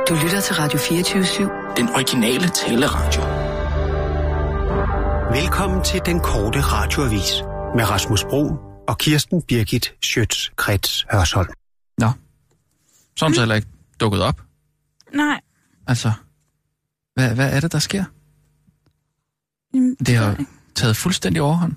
Du lytter til Radio 24/7. Den originale taleradio. Velkommen til den korte radioavis med Rasmus Bro og Kirsten Birgit Schøtz-Krets Hørsholm. Nå, som så heller ikke dukket op. Nej. Altså, hvad er det, der sker? Jamen, det har taget fuldstændig overhånd.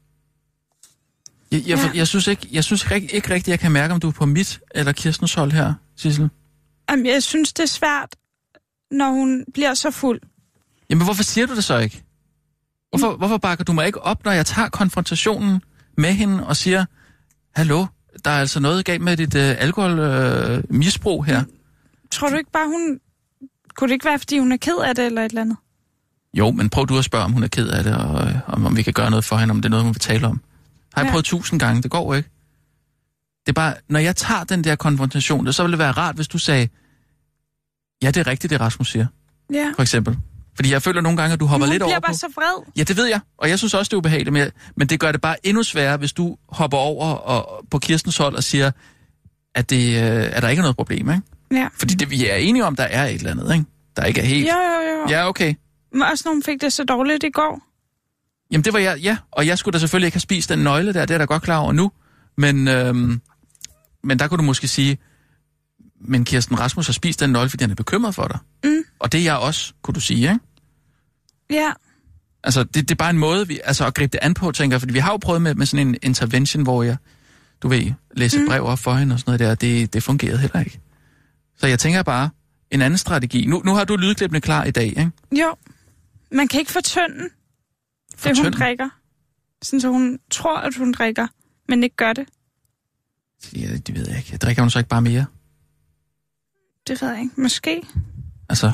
Jeg synes ikke rigtigt, jeg kan mærke, om du er på mit eller Kirstens hold her, Sissel. Jamen, jeg synes, det er svært, når hun bliver så fuld. Jamen, hvorfor siger du det så ikke? Hvorfor bakker du mig ikke op, når jeg tager konfrontationen med hende og siger, hallo, der er altså noget galt med dit alkoholmisbrug her? Tror du ikke bare, hun... Kunne det ikke være, fordi hun er ked af det eller et eller andet? Jo, men prøv du at spørge, om hun er ked af det, og om vi kan gøre noget for hende, om det er noget, hun vil tale om. Har jeg prøvet 1000 gange, det går ikke. Det er bare, når jeg tager den der konfrontation, så ville det være rart, hvis du sagde, ja, det er rigtigt, det Rasmus siger. Ja. For eksempel. Fordi jeg føler nogle gange, at du hopper lidt over på... Hun bliver bare så vred. Ja, det ved jeg, og jeg synes også, det er ubehageligt, men det gør det bare endnu sværere, hvis du hopper over og på Kirstens hold og siger, at der ikke er noget problem, ikke? Ja. Fordi vi er enige om, der er et eller andet, ikke? Der ikke er helt... Jo. Ja, okay. Men også når hun fik det så dårligt i går. Jamen, det var jeg, ja. Og jeg skulle da selvfølgelig ikke have spist den nøgle der, det er da godt klar over nu. Men der kunne du måske sige, men Kirsten, Rasmus har spist den nøgle, fordi han er bekymret for dig. Mm. Og det er jeg også, kunne du sige, ikke? Ja. Altså, det er bare en måde, at gribe det an på, tænker jeg. Fordi vi har jo prøvet med sådan en intervention, hvor jeg, du ved, læser brev op for hende og sådan noget der. Det fungerede heller ikke. Så jeg tænker bare, en anden strategi. Nu har du lydklippene klar i dag, ikke? Jo. Man kan ikke fortynde det, hun drikker. Sådan så hun tror, at hun drikker, men ikke gør det. Ja, det ved jeg ikke. Drikker hun så ikke bare mere? Det ved jeg ikke. Måske. Altså?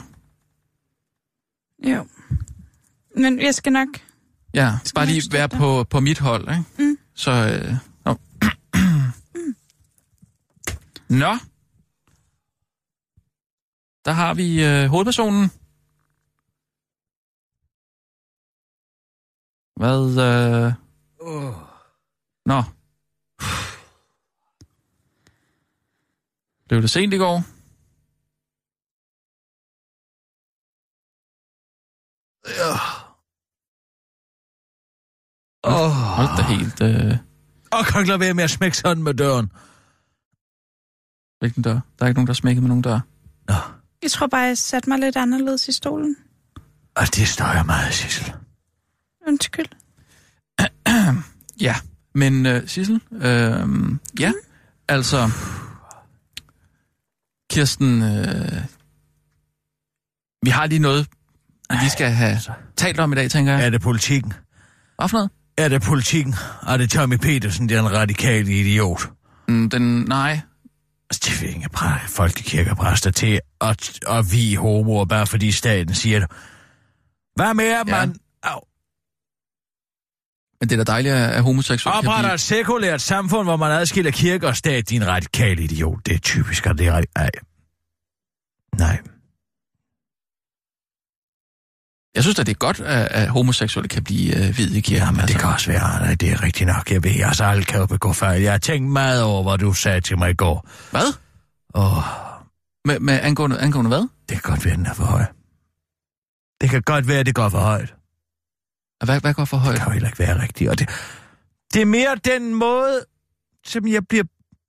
Jo. Men jeg skal nok... Ja, bare lige være på mit hold, ikke? Mm. Så... Nå. Der har vi hovedpersonen. Hvad? Nå. Blev det sent i går? Ja. Hold da helt... kan ikke lade være med at smække sådan med døren. Hvilken dør? Der er ikke nogen, der smækker med nogen dør. Nå. Jeg tror bare, jeg satte mig lidt anderledes i stolen. Og det støjer meget, Sissel. Undskyld. Ja, men Sissel, ja, altså, Kirsten, vi har lige noget, vi skal have talt om i dag, tænker jeg. Er det politikken? Hvad for noget? Er det politikken? Er det Tommy Petersen, den radikale idiot? Nej. Det vil ingen folkekirkepræster til at vi homoer, bare fordi staten siger det. Hvad mere, mand? Au. Men det er da dejligt, at homoseksuelle kan blive... Opretter et sekulært samfund, hvor man adskiller kirke og stat, din radikale idiot. Det er typisk, og det er... Nej. Jeg synes da, det er godt, at homoseksuelle kan blive hvide i kirken. Ja, men det kan også være, nej, det er rigtigt nok. Jeg ved, jeg så aldrig kan begå fejl. Jeg har tænkt meget over, hvad du sagde til mig i går. Hvad? Med angående hvad? Det kan godt være, den er for høj. Det kan godt være, det går for højt. Hvad går for højt? Det kan jo heller ikke være rigtigt. Og det er mere den måde, som jeg bliver...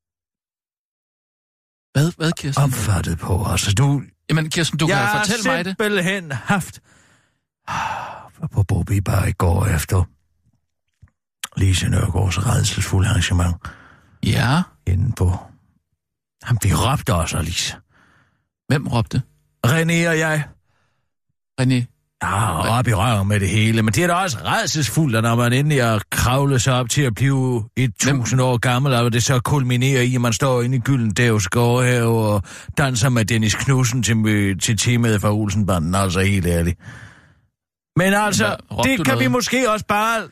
Hvad, Kirsten? Opfattet på. Altså, Jamen, Kirsten, du kan fortælle mig det. Jeg har simpelthen haft... på Bobby bare i går efter Lise Nørgaards rædselsfulde arrangement. Ja. Inde på... Jamen, vi råbte også, Lise. Hvem råbte? René og jeg. René? Ja, op i røven med det hele. Men det er da også rædselsfuldt, når man endelig har kravlet sig op til at blive 1000 år gammel, og det så kulminerer i, at man står inde i Gyldendævs gårdhave og danser med Dennis Knudsen til temaet fra Olsenbanden, altså helt ærligt. Men altså, det kan vi måske også bare...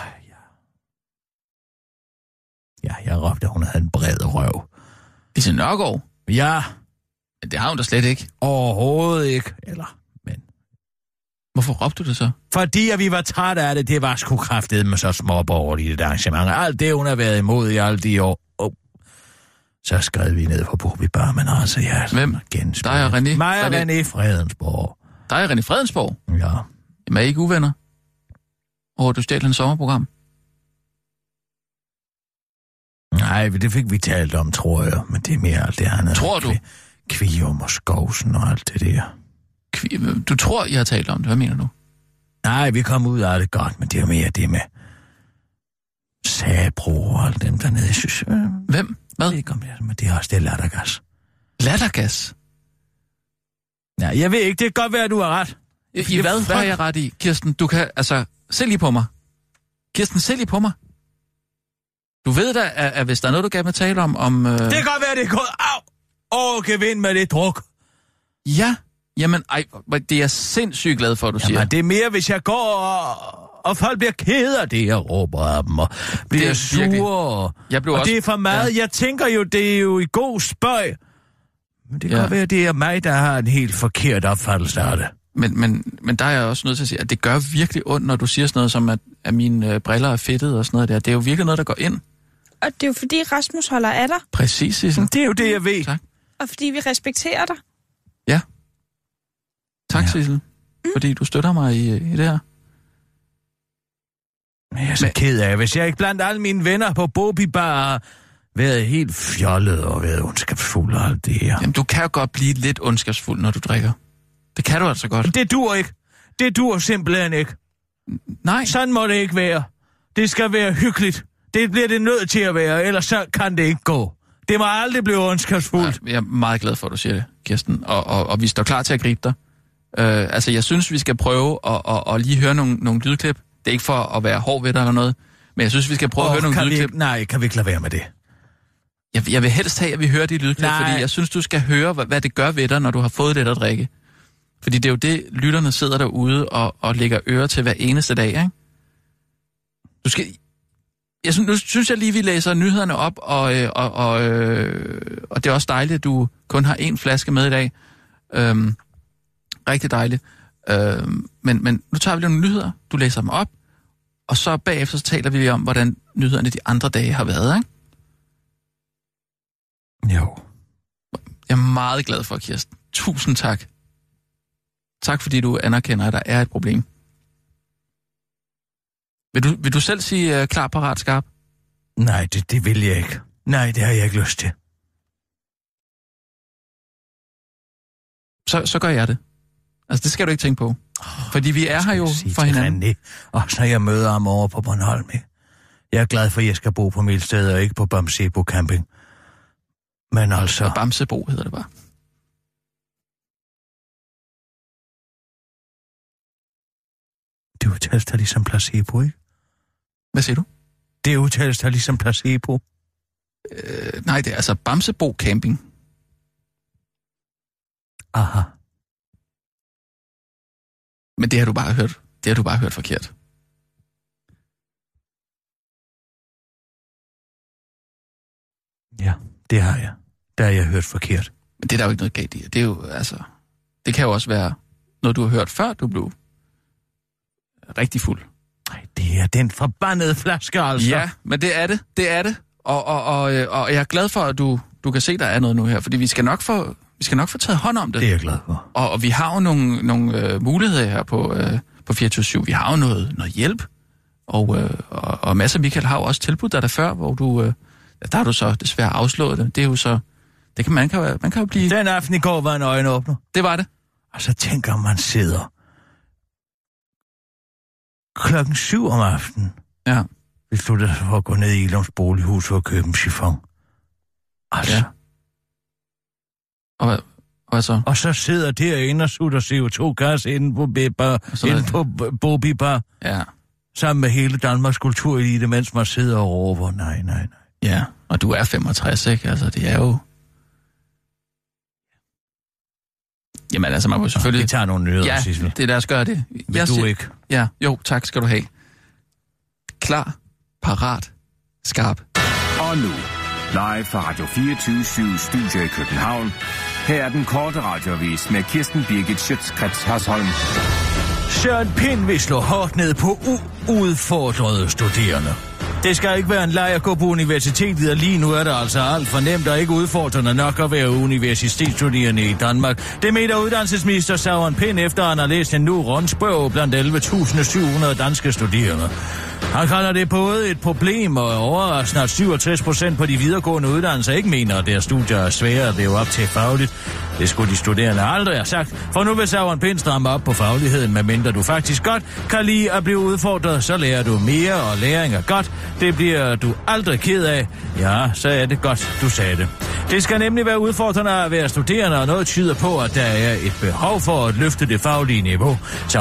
Ja, jeg råbte, at hun havde en bred røv. Lise Nørgaard? Ja. Men det har hun da slet ikke. Overhovedet ikke. Eller, men... Hvorfor råbte du det så? Fordi at vi var trætte af det. Det var sgu kraftedeme med så småborgerligt et arrangement. Alt det, hun har været imod i alle de år. Så skrev vi ned på Bobby Bar, men altså, ja. Hvem? Genspil. Dig og René? Mig og René Fredensborg. Dig og René Fredensborg? Ja. Jamen, er I ikke uvenner? Og du stjal en sommerprogram? Nej, det fik vi talt om, tror jeg. Men det er mere alt det andet. Tror du? Kvium og Skovsen og alt det der. Du tror, jeg har talt om det. Hvad mener du? Nej, vi kom ud af det godt, men det er mere det med Sabro og alt dem dernede. Jeg synes, Hvem? Hvad? Det kom men det er også det lattergas. Lattergas? Ja, jeg ved ikke, det kan godt være, at du har ret. I hvad? Hvad har jeg ret i? Kirsten, du kan, altså, se lige på mig. Kirsten, se lige på mig. Du ved da, at hvis der er noget, du gerne vil tale om... Det kan godt være, det er gået kan vinde med det druk. Ja, jamen, det er jeg sindssygt glad for, at du siger. Jamen, det er mere, hvis jeg går og folk bliver ked af det, jeg råber af dem, og bliver sure. Og det er for meget. Ja. Jeg tænker jo, det er jo i god spøg. Men det kan godt være, det er mig, der har en helt forkert opfattelse af det. Men der er jeg også nødt til at sige, at det gør virkelig ondt, når du siger sådan noget som, at mine briller er fedtede og sådan noget der. Det er jo virkelig noget, der går ind. Og det er jo fordi Rasmus holder af dig. Præcis, Sissel. Det er jo det, jeg ved. Tak. Og fordi vi respekterer dig. Ja. Tak, Sissel. Fordi du støtter mig i det her. Jeg er så ked af, hvis jeg ikke blandt alle mine venner på Bobby Bar har været helt fjollet og været ondskabsfuld og alt det her. Jamen, du kan jo godt blive lidt ondskabsfuld, når du drikker. Det kan du altså godt. Det dur ikke. Det dur simpelthen ikke. Nej. Sådan må det ikke være. Det skal være hyggeligt. Det bliver det nødt til at være, ellers så kan det ikke gå. Det må aldrig blive ondskabsfuldt. Jeg er meget glad for, at du siger det, Kirsten. Og vi står klar til at gribe dig. Altså, jeg synes, vi skal prøve at lige høre nogle lydklip. Det er ikke for at være hård ved dig eller noget, men jeg synes, vi skal prøve at høre nogle lydklip. Nej, kan vi ikke lade være med det? Jeg vil helst have, at vi hører de lydklip, fordi jeg synes, du skal høre, hvad det gør ved dig, når du har fået det at drikke. Fordi det er jo det, lytterne sidder derude og lægger øre til hver eneste dag, ikke? Du skal... Nu synes jeg lige, vi læser nyhederne op, og det er også dejligt, at du kun har 1 flaske med i dag. Rigtig dejligt. Men nu tager vi nogle nyheder, du læser dem op, og så bagefter så taler vi om, hvordan nyhederne de andre dage har været, ikke? Jo. Jeg er meget glad for, Kirsten. Tusind tak. Tak, fordi du anerkender, at der er et problem. Vil du selv sige klar, parat, skarp? Nej, det vil jeg ikke. Nej, det har jeg ikke lyst til. Så gør jeg det. Altså, det skal du ikke tænke på. Fordi vi er her jo for hinanden. Også når jeg møder ham over på Bornholm. Jeg er glad for, at jeg skal bo på Milsted og ikke på Bamsebo Camping. Men altså... Og Bamsebo hedder det bare. Det udtales der ligesom placebo, ikke? Hvad siger du? Det udtales der ligesom placebo. Nej, det er altså Bamsebo Camping. Aha. Men det har du bare hørt. Det har du bare hørt forkert. Ja, det har jeg. Der har jeg hørt forkert. Men det er der jo ikke noget galt i. Det er jo, altså... Det kan jo også være noget, du har hørt før, du blev rigtig fuld. Nej, det er den forbandede flaske, altså. Ja, men det er det. Det er det. Og jeg er glad for, at du kan se, der er noget nu her. Fordi vi skal nok få taget hånd om det. Det er jeg glad for. Og vi har jo nogle muligheder her på 24/7. Vi har jo noget hjælp. Og Mads og Michael har jo også tilbudt dig der før, hvor du... der har du så desværre afslået det. Det er jo så... Det kan man kan jo blive... Den aften i går var en øjenåbner. Det var det. Og så tænker man sidder 7:00 om aftenen. Ja. Vi sluttede for at gå ned i Ilums bolighus og købe en chiffon. Altså. Ja. Og hvad så? Og så sidder derinde og sutter CO2-gas inde på Bobby Bar. Ja. Sammen med hele Danmarks kulturelite, mens man sidder og råber, nej. Ja, og du er 65, ikke? Altså, det er jo... Jamen, altså, man må selvfølgelig... Vi tager nogle nyheder, ja, Sissel. Lad os gøre det. Vil du ikke? Ja, jo, tak skal du have. Klar, parat, skarp. Og nu, live fra Radio 24/7 Studio i København. Her er den korte radioavis med Kirsten Birgit Schøtz-Krets Hørsholm. Søren Pind vil slå hårdt ned på uudfordrede studerende. Det skal ikke være en leg at gå på universitetet, og lige nu er det altså alt for nemt og ikke udfordrende nok at være universitetsstuderende i Danmark. Det mener uddannelsesminister Søren Pind efter han har læst en nu rundspørg blandt 11.700 danske studerende. Han kalder det både et problem og overraskende, at 67% på de videregående uddannelser ikke mener, at deres studier er svære at leve op til fagligt. Det skulle de studerende aldrig have sagt, for nu vil Søren Pind stramme op på fagligheden, medmindre du faktisk godt kan lide at blive udfordret, så lærer du mere, og læring er godt. Det bliver du aldrig ked af. Ja, så er det godt, du sagde det. Det skal nemlig være udfordrende at være studerende, og noget tyder på, at der er et behov for at løfte det faglige niveau.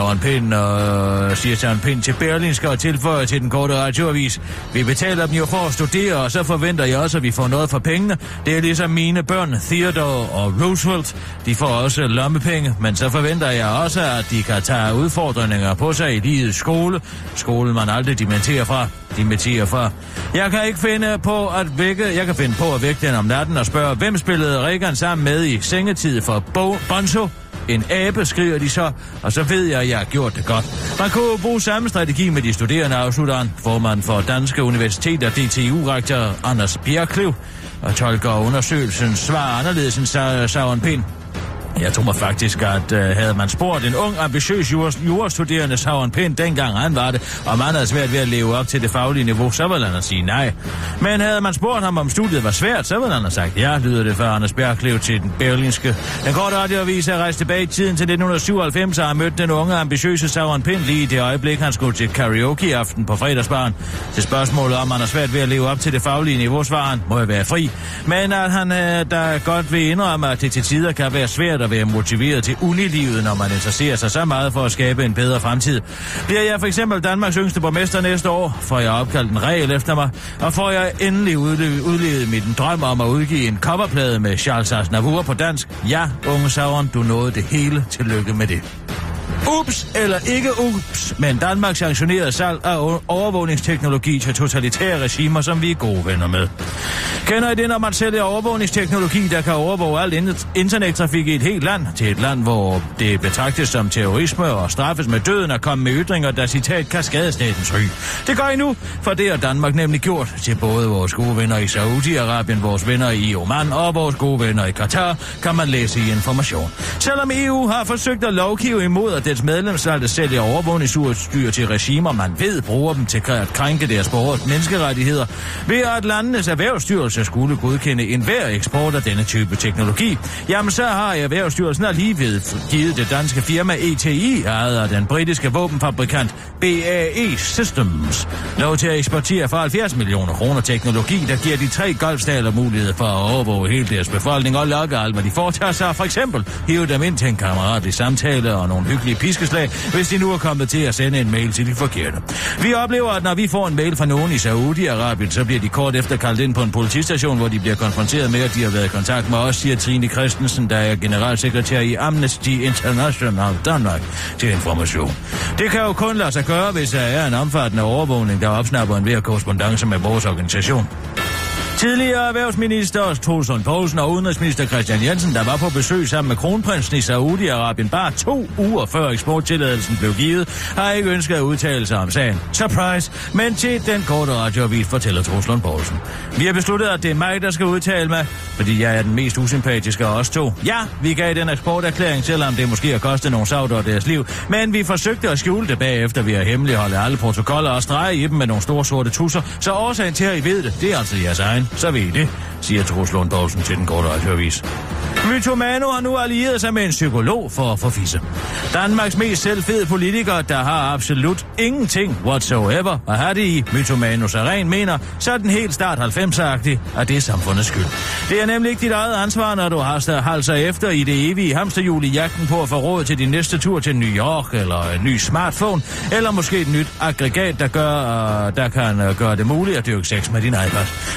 Siger Søren Pind til Berlingske og tilføjer til den korte radioavis. Vi betaler dem jo for at studere, og så forventer jeg også, at vi får noget for pengene. Det er ligesom mine børn, Theodore og Roosevelt. De får også lommepenge, men så forventer jeg også, at de kan tage udfordringer på sig i livets skole. Skolen man aldrig dimenterer fra. Jeg kan finde på at vække den om natten og spørge, hvem spillede Reagan sammen med i sengetid for Bonzo? En abe, skriver de så, og så ved jeg, at jeg har gjort det godt. Man kunne bruge samme strategi med de studerende, afslutter han. Formanden for Danske Universiteter, DTU-rektor Anders Bjerklev, og tolker undersøgelsens svar anderledes end Søren Pind. Jeg tror mig faktisk, at havde man spurgt en ung, ambitiøs jurastuderende Søren Pind, dengang han var det, og man havde svært ved at leve op til det faglige niveau, så ville han have sige nej. Men havde man spurgt ham, om studiet var svært, så ville han have sagt ja, lyder det fra Anders Bjerklev til den Berlingske. Den korte radioavis er rejst tilbage i tiden til 1997, og har mødt den unge, ambitiøse Søren Pind lige i det øjeblik, han skulle til karaoke-aften på fredagsbaren. Til spørgsmålet om han har svært ved at leve op til det faglige niveau, svarer han, må jeg være fri. Men at han da godt vil indrømme, at det til tider kan være svært at være motiveret til unilivet, når man interesserer sig så meget for at skabe en bedre fremtid. Bliver jeg for eksempel Danmarks yngste borgmester næste år, får jeg opkaldt en regel efter mig, og får jeg endelig udlevet min drøm om at udgive en coverplade med Charles Aznavour på dansk. Ja, unge Søren, du nåede det hele. Tillykke med det. Ups eller ikke ups, men Danmark sanktionerede salg af overvågningsteknologi til totalitære regimer, som vi er gode venner med. Kender I det, når man sælger overvågningsteknologi, der kan overvåge al internettrafik i et helt land, til et land, hvor det betragtes som terrorisme og straffes med døden at komme med ytringer, der citat kan skade statens ry? Det gør I nu, for det har Danmark nemlig gjort til både vores gode venner i Saudi-Arabien, vores venner i Oman og vores gode venner i Katar, kan man læse i Information. Selvom EU har forsøgt at lovgive imod, at dets medlemsland sælger overvågningsudstyr til regimer, man ved bruger dem til at krænke deres borgers menneskerettigheder, ved at landenes erhvervsstyrelse skulle godkende enhver eksport af denne type teknologi, jamen så har Erhvervsstyrelsen alligevel givet det danske firma ETI, ejet af den britiske våbenfabrikant BAE Systems, lov til at eksportere for 70 millioner kroner teknologi, der giver de 3 golfstater mulighed for at overvåge hele deres befolkning og logge alt, hvad de foretager sig. For eksempel hive dem ind til en kammeratlig samtale og nogle hyggelige piskeslag, hvis de nu er kommet til at sende en mail til de forkerte. Vi oplever, at når vi får en mail fra nogen i Saudi-Arabien, så bliver de kort efter kaldt ind på en politistation, hvor de bliver konfronteret med, at de har været i kontakt med os, siger Trine Christensen, der er generalsekretær i Amnesty International Danmark, til Information. Det kan jo kun lade sig gøre, hvis der er en omfattende overvågning, der opsnapper enhver korrespondance med vores organisation. Tidligere erhvervsminister Troels Lund Poulsen og udenrigsminister Christian Jensen, der var på besøg sammen med kronprinsen i Saudi-Arabien bare 2 uger før eksporttilladelsen blev givet, har ikke ønsket at udtale sig om sagen. Surprise! Men til den korte radioavis fortæller Troels Lund Poulsen. Vi har besluttet, at det er mig, der skal udtale mig, fordi jeg er den mest usympatiske af os to. Ja, vi gav den eksporterklæring, selvom det måske har kostet nogle sauder deres liv, men vi forsøgte at skjule det bagefter, vi har hemmeligholdt alle protokoller og strege i dem med nogle store sorte tusser, så årsagen til, at I ved det er altså jeres egen. Så ved I det, siger Troels Lund Poulsen til den korte radioavis. Mytomano har nu allieret sig med en psykolog for at få fisse. Danmarks mest selvfede politiker, der har absolut ingenting whatsoever at have det i. Mytomano Saren mener, så er den helt start 90'er-agtig, at det er samfundets skyld. Det er nemlig ikke dit eget ansvar, når du har halser efter i det evige hamsterhjul i jagten på at få råd til din næste tur til New York, eller en ny smartphone, eller måske et nyt aggregat, der kan gøre det muligt at dyrke sex med din iPad. Nej,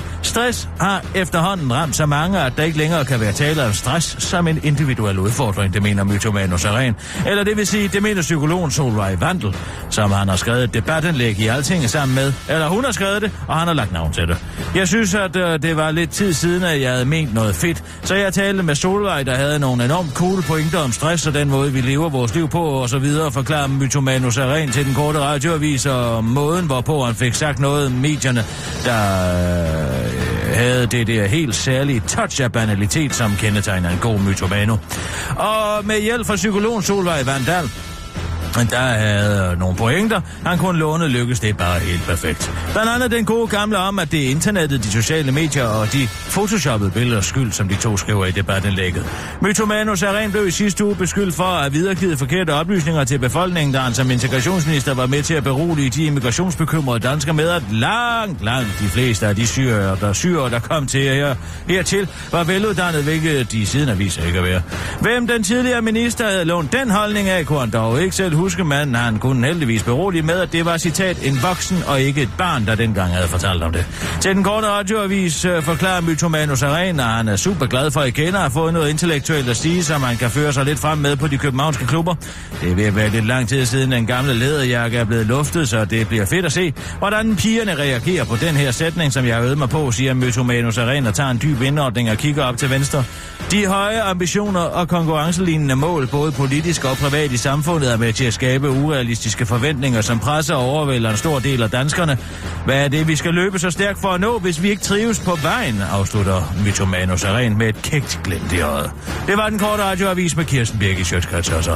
Stress har efterhånden ramt så mange, at der ikke længere kan være tale om stress som en individuel udfordring, det mener Mythomano Saren. Eller det vil sige, det mener psykologen Solvej Vandel, som han har skrevet et debatindlæg i Altinget sammen med. Eller hun har skrevet det, og han har lagt navn til det. Jeg synes, at det var lidt tid siden, at jeg havde ment noget fedt, så jeg talte med Solvej, der havde nogle enormt cool pointer om stress og den måde, vi lever vores liv på, og så videre, forklarer Mythomano Saren til den korte radioavis, og måden, hvorpå han fik sagt noget medierne, der havde det der helt særlige touch af banalitet, som kendetegner en god mytomano. Og med hjælp fra psykologen Solvej Vandal, der havde nogle pointer. Han kunne låne, lykkes det bare helt perfekt. Blandt andet den gode gamle om, at det er internettet, de sociale medier og de photoshoppede billeder skyld, som de to skriver i debatindlægget. Mythomano Saren blev i sidste uge beskyldt for at have videregivet forkerte oplysninger til befolkningen, da han som integrationsminister var med til at berolige de immigrationsbekymrede danskere med, at langt de fleste af de syrere, der kom til hertil, var veluddannede, hvilket de siden aviser ikke at være. Hvem den tidligere minister havde lånt den holdning af, kunne han dog ikke selv huske, manden. Han kunne heldigvis berolige med, at det var, citat, en voksen og ikke et barn, der dengang havde fortalt om det. Til den korte radioavis forklarer Mythomano Saren, at han er super glad for igen at have fået noget intellektuelt at sige, så man kan føre sig lidt frem med på de københavnske klubber. Det vil være lidt lang tid siden, den gamle læderjakke er blevet luftet, så det bliver fedt at se, hvordan pigerne reagerer på den her sætning, som jeg har øvet mig på, siger Mythomano Saren og tager en dyb indånding og kigger op til venstre. De høje ambitioner og konkurrencelignende mål, både politisk og privat i samfundet, er med til at skabe urealistiske forventninger, som presser og overvælder en stor del af danskerne. Hvad er det, vi skal løbe så stærkt for at nå, hvis vi ikke trives på vejen, afslutter Mythomano Saren med et kægt glimt i øjet. Det var den korte radioavis med Kirsten Birgit Schøtzgrads Hørsholm.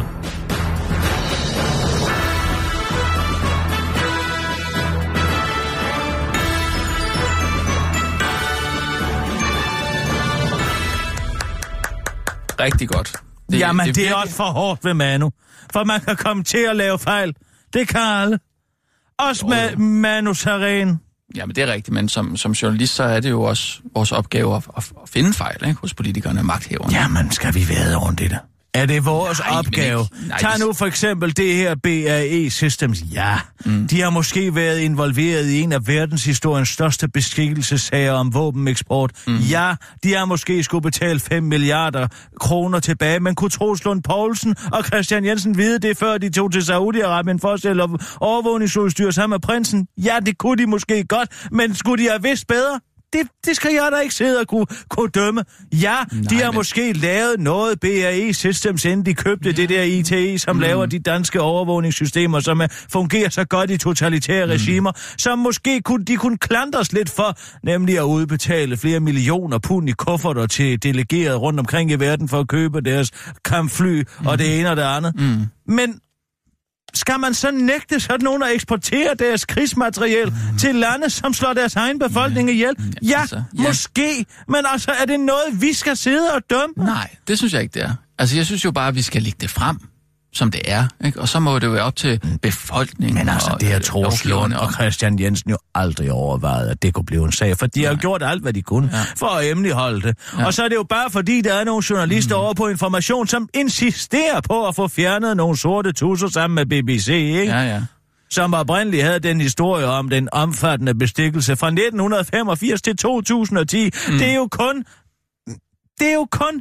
Rigtig godt. Jamen, det er også for hårdt ved Manu. For man kan komme til at lave fejl. Det kan alle. Også med Manu Saren. Jamen, det er rigtigt, men som journalist, så er det jo også vores opgave at finde fejl, ikke, hos politikerne og magthaverne. Jamen, skal vi være rundt i det? Er det vores opgave? Tag nu for eksempel det her BAE Systems. Ja, de har måske været involveret i en af verdenshistoriens største beskikkelsesager om våbeneksport. Ja, de har måske skulle betale 5 milliarder kroner tilbage, men kunne Troels Lund Poulsen og Christian Jensen vide det, før de tog til Saudi-Arabien for at stille overvågningsudstyr sammen med prinsen? Ja, det kunne de måske godt, men skulle de have vidst bedre? Det skal jeg da ikke sidde og kunne dømme. Ja, de har måske lavet noget BAE Systems, inden de købte det der ITE, som laver de danske overvågningssystemer, som fungerer så godt i totalitære regimer, som måske kunne klandres lidt for, nemlig at udbetale flere millioner pund i kufferter til delegerede rundt omkring i verden for at købe deres kampfly og det ene og det andet. Men skal man så nægte sådan nogen at eksportere deres krigsmateriel til lande, som slår deres egen befolkning ihjel? Ja, måske. Men altså, er det noget, vi skal sidde og dømme? Nej, det synes jeg ikke, det er. Altså, jeg synes jo bare, at vi skal lægge det frem, som det er, ikke? Og så må det jo være op til befolkningen. Men altså, det har Troels Lund og Christian Jensen jo aldrig overvejet, at det kunne blive en sag, for de har gjort alt, hvad de kunne for at emmeligholde det. Ja. Og så er det jo bare fordi, der er nogle journalister over på Information, som insisterer på at få fjernet nogle sorte tusser sammen med BBC, ikke? Ja. Som oprindeligt havde den historie om den omfattende bestikkelse fra 1985 til 2010. Det er jo kun...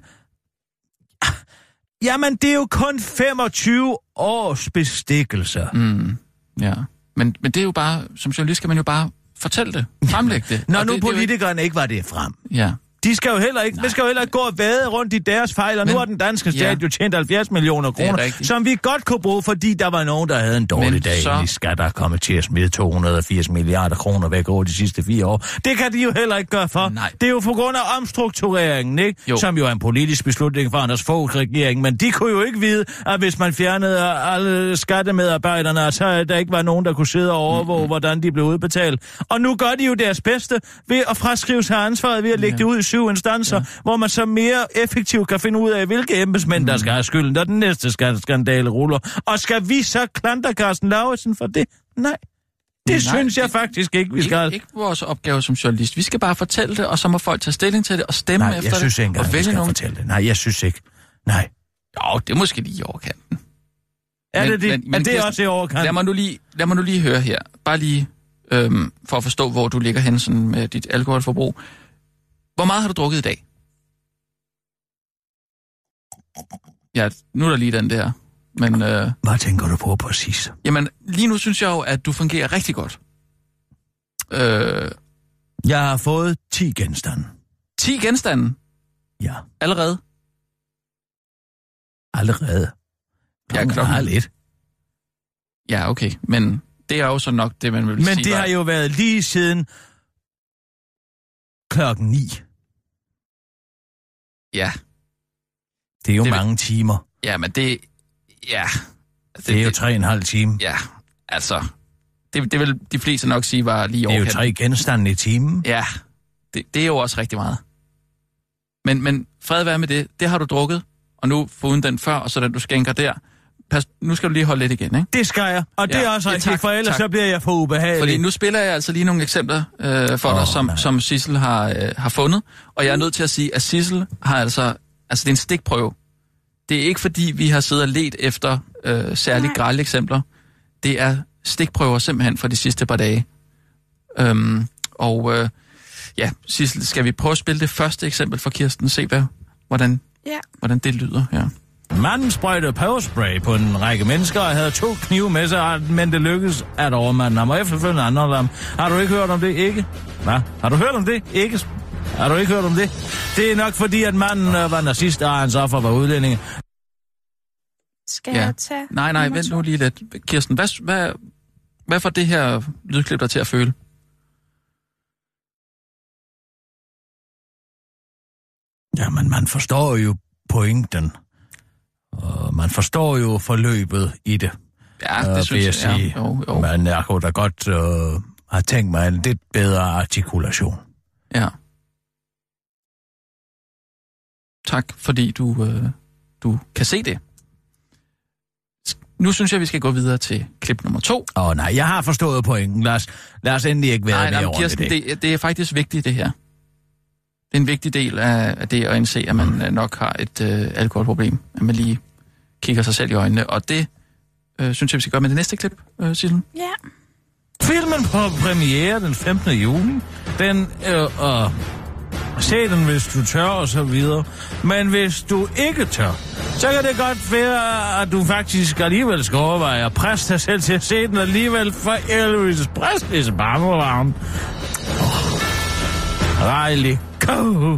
Jamen, det er jo kun 25 års bestikkelser. Ja, men det er jo bare, som journalist skal man jo bare fortælle det, fremlægge det. Når nu politikerne ikke var det frem. Ja. De skal jo heller ikke, gå og vade rundt i deres fejl, og nu har den danske stat jo tjent 70 millioner kroner, som vi godt kunne bruge, fordi der var nogen, der havde en dårlig dag. De skal der komme til at smide 280 milliarder kroner væk over de sidste 4 år. Det kan de jo heller ikke gøre for. Nej. Det er jo på grund af omstruktureringen, ikke? Jo. Som jo er en politisk beslutning fra Anders Foghs regering, men de kunne jo ikke vide, at hvis man fjernede alle skattemedarbejderne, så der ikke var nogen, der kunne sidde og overvåge, hvordan de blev udbetalt. Og nu gør de jo deres bedste ved at fraskrive sig ansvaret ved at lægge det ud i 7 instanser, hvor man så mere effektivt kan finde ud af, hvilke embedsmænd, der skal have skylden, når den næste skandale ruller. Og skal vi så klandre Carsten Lauritsen for det? Nej. Det synes jeg faktisk ikke, vi skal. Ikke vores opgave som journalist. Vi skal bare fortælle det, og så må folk tage stilling til det og stemme efter det. Nej, jeg synes ikke engang, vi skal fortælle det. Nej, jeg synes ikke. Nej. Jo, det er måske lige i overkanten. Er det det? Men det er også i overkanten. Lad mig nu lige høre her. Bare lige for at forstå, hvor du ligger hen sådan med dit alkoholforbrug. Hvor meget har du drukket i dag? Ja, nu er der lige den der. Men, hvad tænker du på præcis? Jamen, lige nu synes jeg jo, at du fungerer rigtig godt. Jeg har fået 10 genstande. 10 genstande? Ja. Allerede? Allerede. Klokken er lidt. Ja, okay. Men det er jo så nok det, man vil sige. Men det har jo været lige siden klokken 9. Ja. Det er jo mange timer. Ja, men det... Ja. Det er jo 3,5 timer. Ja, altså... Det vil de fleste nok sige var lige over. Det er jo 3 genstande i timen. Ja, det er jo også rigtig meget. Men fred være med det. Det har du drukket, og nu foruden den før, og så den du skænker der. Pas, nu skal du lige holde lidt igen, ikke? Det skal jeg, og det er også rigtigt, for ellers så bliver jeg for ubehagelig. Fordi nu spiller jeg altså lige nogle eksempler for dig, som Sissel har fundet. Og jeg er nødt til at sige, at Sissel har altså det er en stikprøve. Det er ikke fordi, vi har siddet og let efter særligt grelle eksempler. Det er stikprøver simpelthen for de sidste par dage. Sissel, skal vi prøve at spille det første eksempel for Kirsten? Se, hvordan det lyder her. Manden sprøjtede peberspray på en række mennesker og havde 2 knive med sig, men det lykkedes at overmande ham og efterfølgende andre ham. Har du ikke hørt om det? Ikke? Hvad? Har du hørt om det? Ikke? Har du ikke hørt om det? Det er nok fordi, at manden var nazist, og hans offer var udlændinge. Skal jeg tage... Nej, vent nu lige lidt. Kirsten, hvad får det her lydklip dig til at føle? Jamen, man forstår jo pointen. Og man forstår jo forløbet i det. Ja, det synes jeg. Sige. Jo. Men jeg kunne da godt have tænkt mig en lidt bedre artikulation. Ja. Tak, fordi du kan se det. Nu synes jeg, vi skal gå videre til klip nummer 2. Nej, jeg har forstået pointen. Lad os endelig ikke være mere rundt i det. Det er faktisk vigtigt, det her. Det er en vigtig del af det at indse, at man nok har et alkoholproblem. At man lige kigger sig selv i øjnene. Og det synes jeg, vi skal gøre med det næste klip, Sissel. Ja. Filmen på premiere den 15. juni. Den se den, hvis du tør, og så videre. Men hvis du ikke tør, så kan det godt være, at du faktisk alligevel skal overveje at presse dig selv til at se den alligevel for Elvis Presley's barnevogn. Riley Coe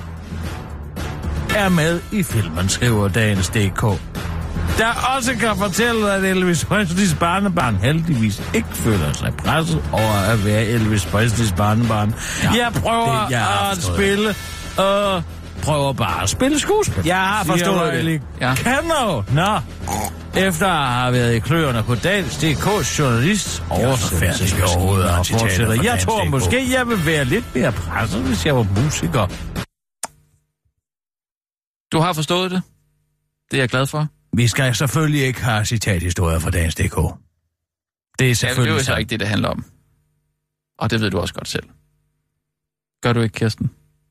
er med i filmen, skriver Dagens.dk. Der også kan fortælle, at Elvis Presleys barnebarn heldigvis ikke føler sig presset over at være Elvis Presleys barnebarn. Jeg prøver at spille prøver bare at spille skuespil. Jeg har forstået det. Nå. Efter at have været i kløerne på Dagens.dk's journalist oversættelse og fortsætter. Jeg tror måske, jeg vil være lidt mere presset, hvis jeg var musiker. Du har forstået det. Det er jeg glad for. Vi skal selvfølgelig ikke have citathistorier fra Dagens.dk. Det er selvfølgelig det er jo ikke det handler om. Og det ved du også godt selv. Gør du ikke, Kirsten?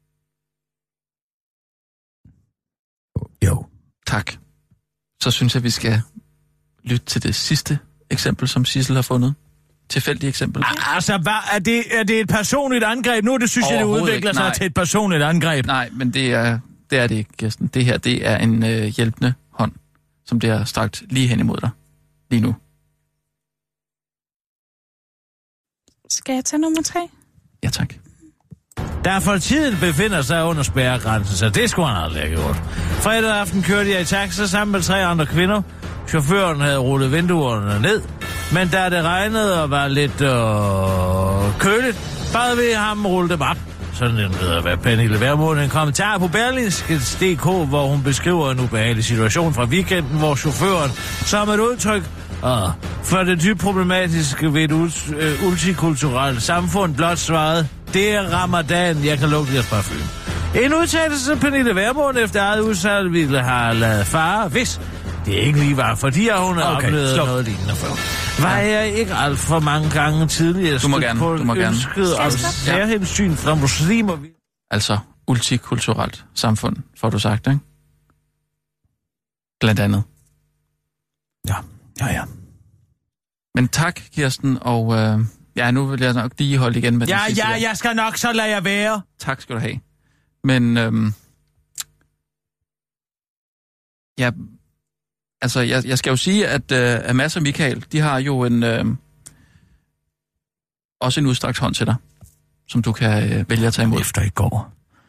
Jo. Tak. Så synes jeg, vi skal lytte til det sidste eksempel, som Sissel har fundet. Tilfældigt eksempel. Altså, er det et personligt angreb? Nu det synes jeg, det udvikler sig til et personligt angreb. Nej, men det er det ikke, Kirsten. Det her, det er en hjælpende hånd, som det er strakt lige hen imod dig. Lige nu. Skal jeg tage nummer 3? Ja, tak. Der for tiden befinder sig under spærregrænsen, så det skulle han aldrig have gjort. Fredag aften kørte jeg i taxa sammen med 3 andre kvinder. Chaufføren havde rullet vinduerne ned, men da det regnede og var lidt køligt, bad vi ham rulle dem op. Sådan en ved at være Pernille Vermund. En kommentar på Berlingske.dk, hvor hun beskriver en ubehagelig situation fra weekenden, hvor chaufføren som et udtryk for det dybt problematiske ved et multikulturelt samfund blot svarede, det er ramadan, jeg kan lukke jeres parfume. En udtalelse til Pernille Vermund efter eget udsalg ville have lavet fare, hvis det ikke lige var, fordi hun har oplevet noget lignende før. Var jeg ikke alt for mange gange tidligere du må gerne. Ønsket om særhensyn fra muslimer? Altså multikulturelt samfund, får du sagt, ikke? Blandt andet. Ja. Men tak, Kirsten, og Ja, nu vil jeg nok lige holde igen med den sidste. Ja, jeg skal nok så lade jer være. Tak skal du have. Men, ja, altså, jeg skal jo sige, at Mads og Michael, de har jo også en udstrakt hånd til dig, som du kan vælge at tage imod. Efter i går.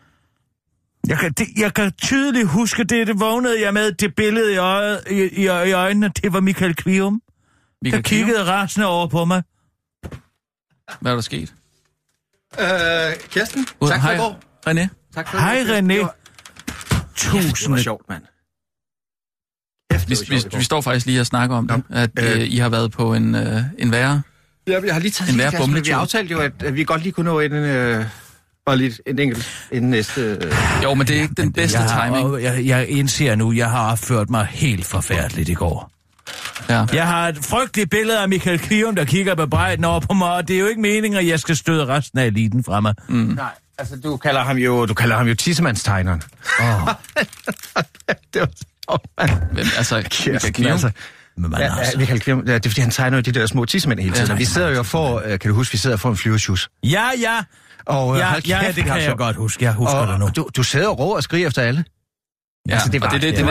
Jeg kan tydeligt huske det vågnede jeg med, det billede i øjnene, det var Michael Kvium. Der kiggede rasende over på mig. Hvad er der sket? Kirsten, tak for i går. René. Tak for Hej René. Tusind. Det var sjovt, mand. Vi står faktisk lige og snakker om det, at I har været på en værre. Ja, jeg har lige taget en værre. Vi aftalte jo, at vi godt lige kunne nå en enkelt inden næste... Jo, men det er ikke den bedste timing. Jeg indser nu, jeg har opført mig helt forfærdeligt i går. Ja. Jeg har et frygteligt billede af Michael Kvium, der kigger bebrejdende over på mig, og det er jo ikke meningen, at jeg skal støde resten af eliten fra mig. Nej, altså du kalder ham jo tissemandstegneren. Det var Hvem, altså, Michael Kvium? Michael Kvium, det er fordi, han tegner jo de der små tissemænd hele tiden. Vi sidder jo og får, kan du huske, vi sidder og får en flyvershus. Ja. Og, ja, det kan jeg godt huske. Jeg husker det nu. Du sidder og råber og skriger efter alle. Ja, altså, det var